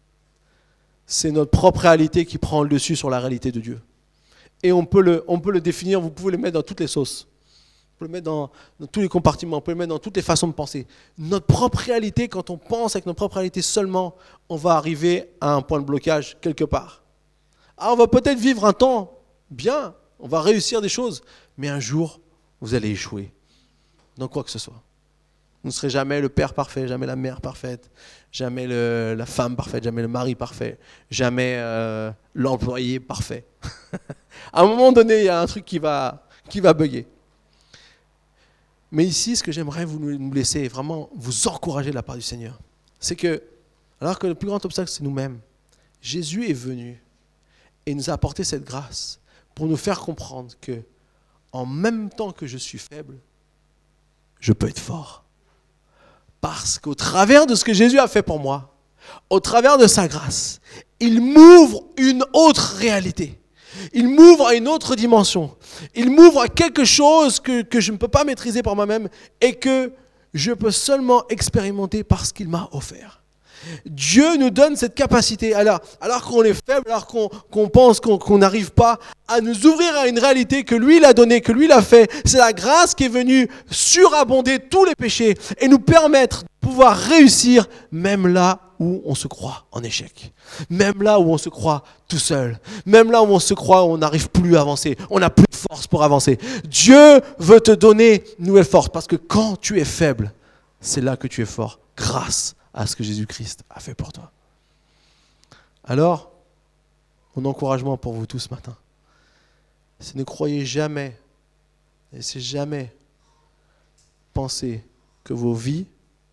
C'est notre propre réalité qui prend le dessus sur la réalité de Dieu. Et on peut le, on peut le définir, vous pouvez le mettre dans toutes les sauces. On peut le mettre dans, dans tous les compartiments, on peut le mettre dans toutes les façons de penser. Notre propre réalité, quand on pense avec notre propre réalité seulement, on va arriver à un point de blocage quelque part. Alors on va peut-être vivre un temps bien, on va réussir des choses, mais un jour, vous allez échouer dans quoi que ce soit. Vous ne serez jamais le père parfait, jamais la mère parfaite, jamais le, la femme parfaite, jamais le mari parfait, jamais euh, l'employé parfait. À un moment donné, il y a un truc qui va, qui va bugger. Mais ici, ce que j'aimerais vous nous laisser, vraiment vous encourager de la part du Seigneur, c'est que, alors que le plus grand obstacle, c'est nous-mêmes, Jésus est venu et nous a apporté cette grâce pour nous faire comprendre que, en même temps que je suis faible, je peux être fort. Parce qu'au travers de ce que Jésus a fait pour moi, au travers de sa grâce, il m'ouvre une autre réalité. Il m'ouvre à une autre dimension. Il m'ouvre à quelque chose que, que je ne peux pas maîtriser par moi-même et que je peux seulement expérimenter parce qu'il m'a offert. Dieu nous donne cette capacité, alors, alors qu'on est faible, alors qu'on, qu'on pense qu'on, qu'on n'arrive pas à nous ouvrir à une réalité que lui l'a donnée, que lui l'a fait. C'est la grâce qui est venue surabonder tous les péchés et nous permettre de pouvoir réussir même là où on se croit en échec. Même là où on se croit tout seul. Même là où on se croit où on n'arrive plus à avancer. On n'a plus de force. force pour avancer. Dieu veut te donner une nouvelle force parce que quand tu es faible, c'est là que tu es fort grâce à ce que Jésus-Christ a fait pour toi. Alors, mon encouragement pour vous tous ce matin, c'est ne croyez jamais, et c'est jamais penser que vos vies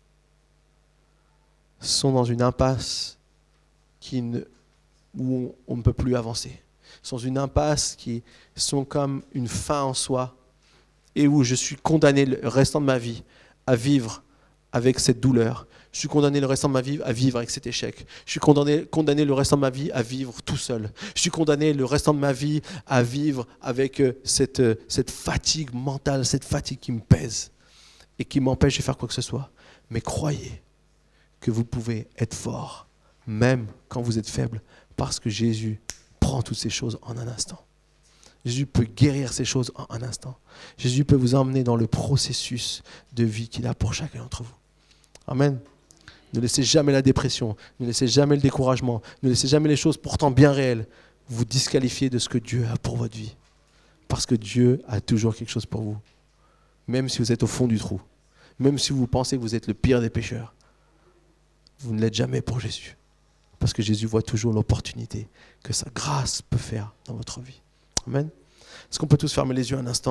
sont dans une impasse qui ne, où on, on ne peut plus avancer. Sont une impasse qui sont comme une fin en soi et où je suis condamné le restant de ma vie à vivre avec cette douleur. Je suis condamné le restant de ma vie à vivre avec cet échec. Je suis condamné, condamné le restant de ma vie à vivre tout seul. Je suis condamné le restant de ma vie à vivre avec cette, cette fatigue mentale, cette fatigue qui me pèse et qui m'empêche de faire quoi que ce soit. Mais croyez que vous pouvez être fort, même quand vous êtes faible, parce que Jésus prend toutes ces choses en un instant. Jésus peut guérir ces choses en un instant. Jésus peut vous emmener dans le processus de vie qu'il a pour chacun d'entre vous. Amen. Ne laissez jamais la dépression, ne laissez jamais le découragement, ne laissez jamais les choses pourtant bien réelles vous disqualifier de ce que Dieu a pour votre vie. Parce que Dieu a toujours quelque chose pour vous. Même si vous êtes au fond du trou, même si vous pensez que vous êtes le pire des pécheurs, vous ne l'êtes jamais pour Jésus. Parce que Jésus voit toujours l'opportunité que sa grâce peut faire dans votre vie. Amen. Est-ce qu'on peut tous fermer les yeux un instant ?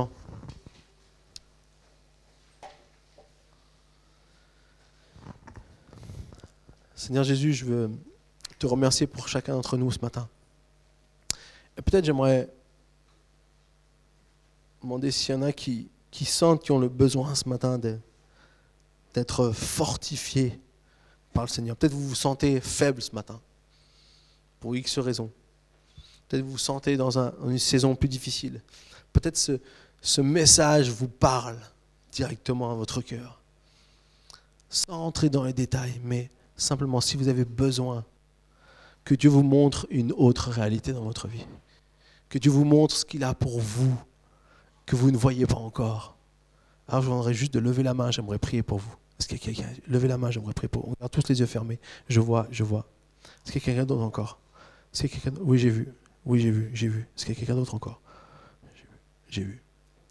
Seigneur Jésus, je veux te remercier pour chacun d'entre nous ce matin. Et peut-être j'aimerais demander s'il y en a qui, qui sentent, qui ont le besoin ce matin de, d'être fortifiés par le Seigneur. Peut-être vous vous sentez faible ce matin, pour X raisons. Peut-être vous vous sentez dans un, une saison plus difficile. Peut-être ce, ce message vous parle directement à votre cœur. Sans entrer dans les détails, mais simplement si vous avez besoin que Dieu vous montre une autre réalité dans votre vie. Que Dieu vous montre ce qu'il a pour vous, que vous ne voyez pas encore. Alors je vous demanderai juste de lever la main, j'aimerais prier pour vous. Est-ce qu'il y a quelqu'un ? Levez la main, j'aimerais prier pour vous. On garde tous les yeux fermés. Je vois, je vois. Est-ce qu'il y a quelqu'un d'autre encore ? Est-ce qu'il y a quelqu'un d'autre ? Oui, j'ai vu. Oui, j'ai vu, j'ai vu. Est-ce qu'il y a quelqu'un d'autre encore ? J'ai vu.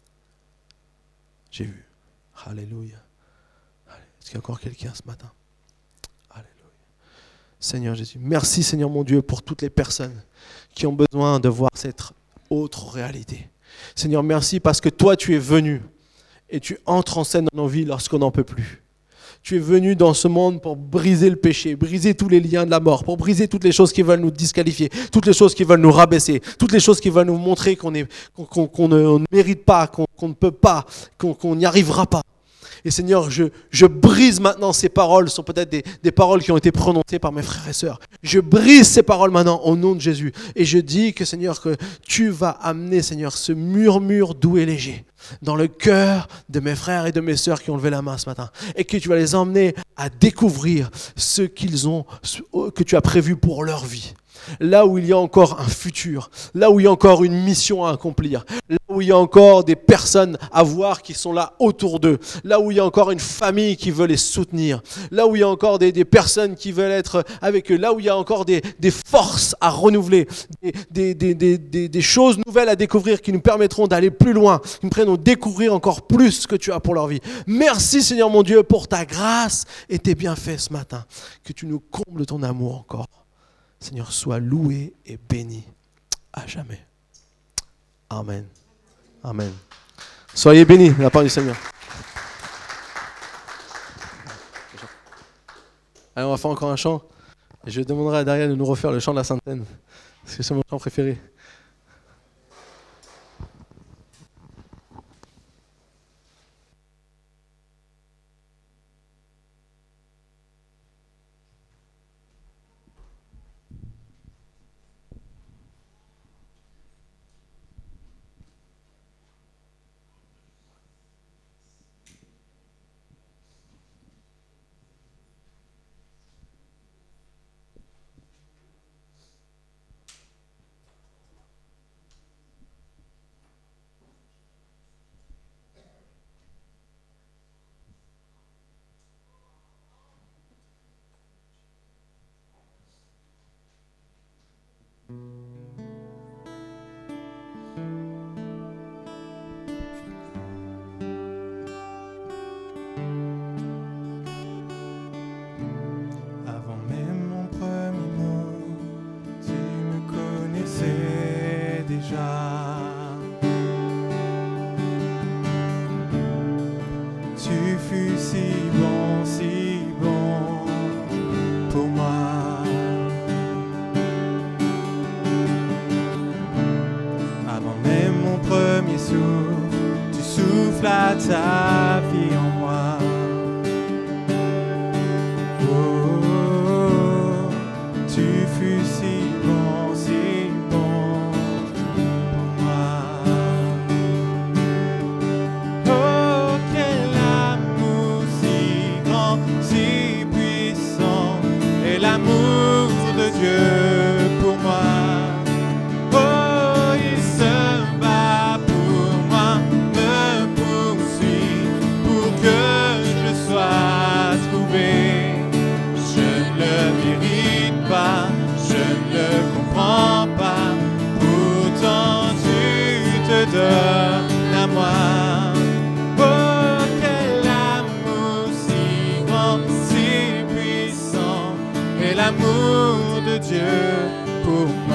J'ai vu. Alléluia. Est-ce qu'il y a encore quelqu'un ce matin ? Alléluia. Seigneur Jésus, merci Seigneur mon Dieu pour toutes les personnes qui ont besoin de voir cette autre réalité. Seigneur, merci parce que toi tu es venu et tu entres en scène dans nos vies lorsqu'on n'en peut plus. Tu es venu dans ce monde pour briser le péché, briser tous les liens de la mort, pour briser toutes les choses qui veulent nous disqualifier, toutes les choses qui veulent nous rabaisser, toutes les choses qui veulent nous montrer qu'on, est, qu'on, qu'on, qu'on ne mérite pas, qu'on, qu'on ne peut pas, qu'on, qu'on n'y arrivera pas. Et Seigneur, je, je brise maintenant ces paroles, ce sont peut-être des, des paroles qui ont été prononcées par mes frères et sœurs. Je brise ces paroles maintenant au nom de Jésus. Et je dis que Seigneur, que tu vas amener, Seigneur, ce murmure doux et léger dans le cœur de mes frères et de mes sœurs qui ont levé la main ce matin. Et que tu vas les emmener à découvrir ce qu'ils ont, ce que tu as prévu pour leur vie. Là où il y a encore un futur, là où il y a encore une mission à accomplir, là où il y a encore des personnes à voir qui sont là autour d'eux, là où il y a encore une famille qui veut les soutenir, là où il y a encore des, des personnes qui veulent être avec eux, là où il y a encore des, des forces à renouveler, des, des, des, des, des, des choses nouvelles à découvrir qui nous permettront d'aller plus loin, qui nous permettront de découvrir encore plus ce que tu as pour leur vie. Merci Seigneur mon Dieu pour ta grâce et tes bienfaits ce matin, que tu nous combles de ton amour encore. Seigneur, sois loué et béni à jamais. Amen. Amen. Soyez bénis de la part du Seigneur. Allez, on va faire encore un chant. Et je demanderai à Dariel de nous refaire le chant de la Sainte-Seine. Parce que c'est mon chant préféré. cela ta vie en moi. Oh, tu fus si bon, si bon pour moi. Oh, quel amour si grand, si puissant, et l'amour de Dieu pour moi. Oh, il se bat pour moi, me poursuit pour que je sois trouvé. Je ne le mérite pas, je ne le comprends pas, pourtant tu te donnes à moi. Oh, quel amour si grand, si puissant, et l'amour de Dieu pour moi.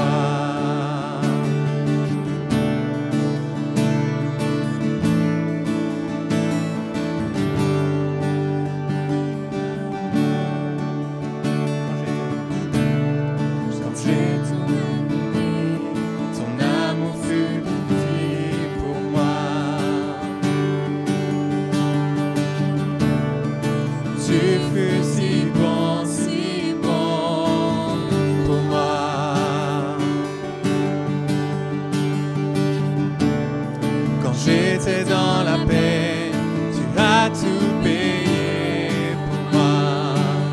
J'étais dans la peine, tu as tout payé pour moi.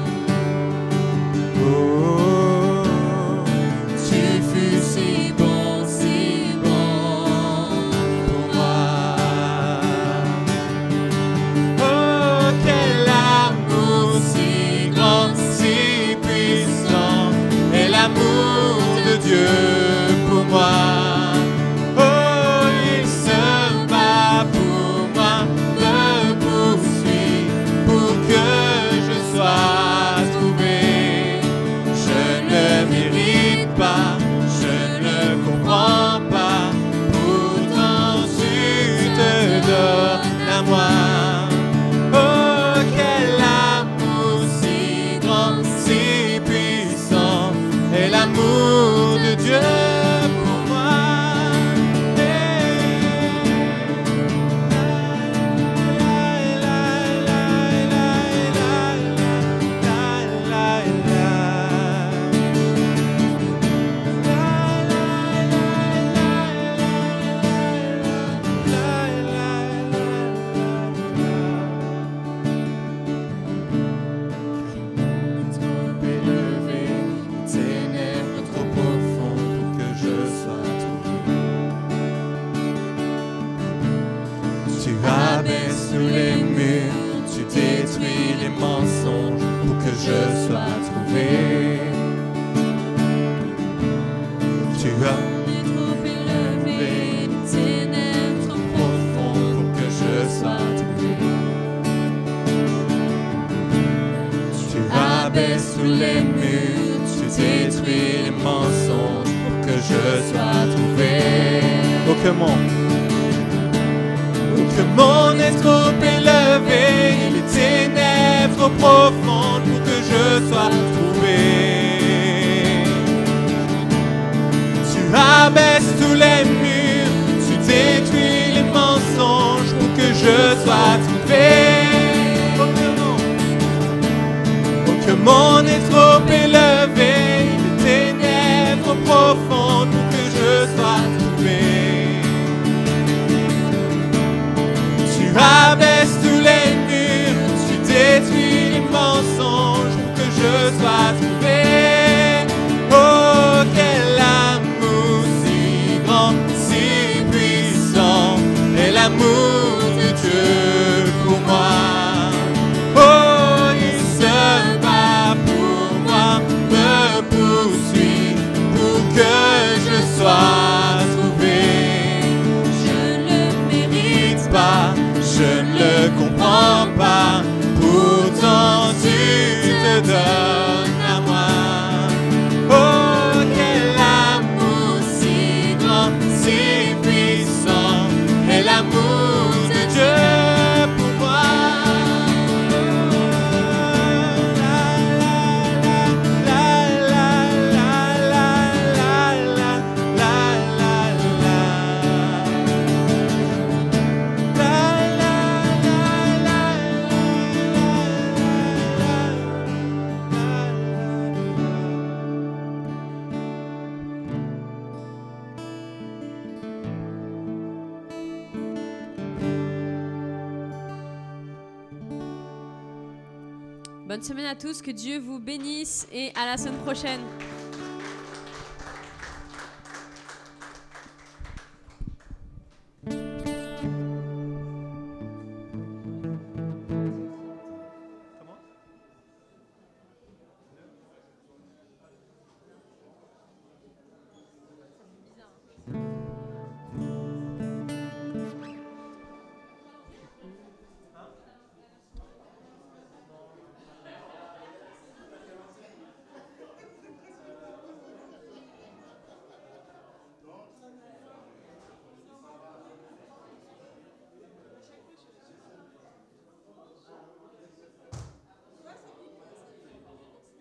Oh, tu fus si bon, si bon pour moi. Oh, quel amour si grand, si puissant, et l'amour de Dieu pour moi. L'amour de Dieu pour moi. Je sois trouvé. Tu as trop élevé les ténèbres trop profondes pour que je sois trouvé. Tu abaisses tous les murs, tu détruis les mensonges pour que je sois trouvé. Oh que mon, oh que mon est trop élevé, les ténèbres trop profondes pour que je sois trouvé. Tu abaisses tous les murs, tu détruis les mensonges pour que je sois trouvé. Oh que mon, oh que mon est trop élevé, les ténèbres profondes pour que je sois trouvé. Tu abaisses tous les murs, tu détruis les mensonges pour que je sois trouvé. Oh, quel amour si grand, si puissant, et l'amour de Dieu pour moi. Oh, il se bat pour moi, me poursuit pour que je sois trouvé. Je ne le mérite pas, je ne le comprends pas, pourtant tu te donnes à moi. Oh, quel amour si grand, si puissant, et l'amour de Dieu bonne semaine à tous, que Dieu vous bénisse et à la semaine prochaine.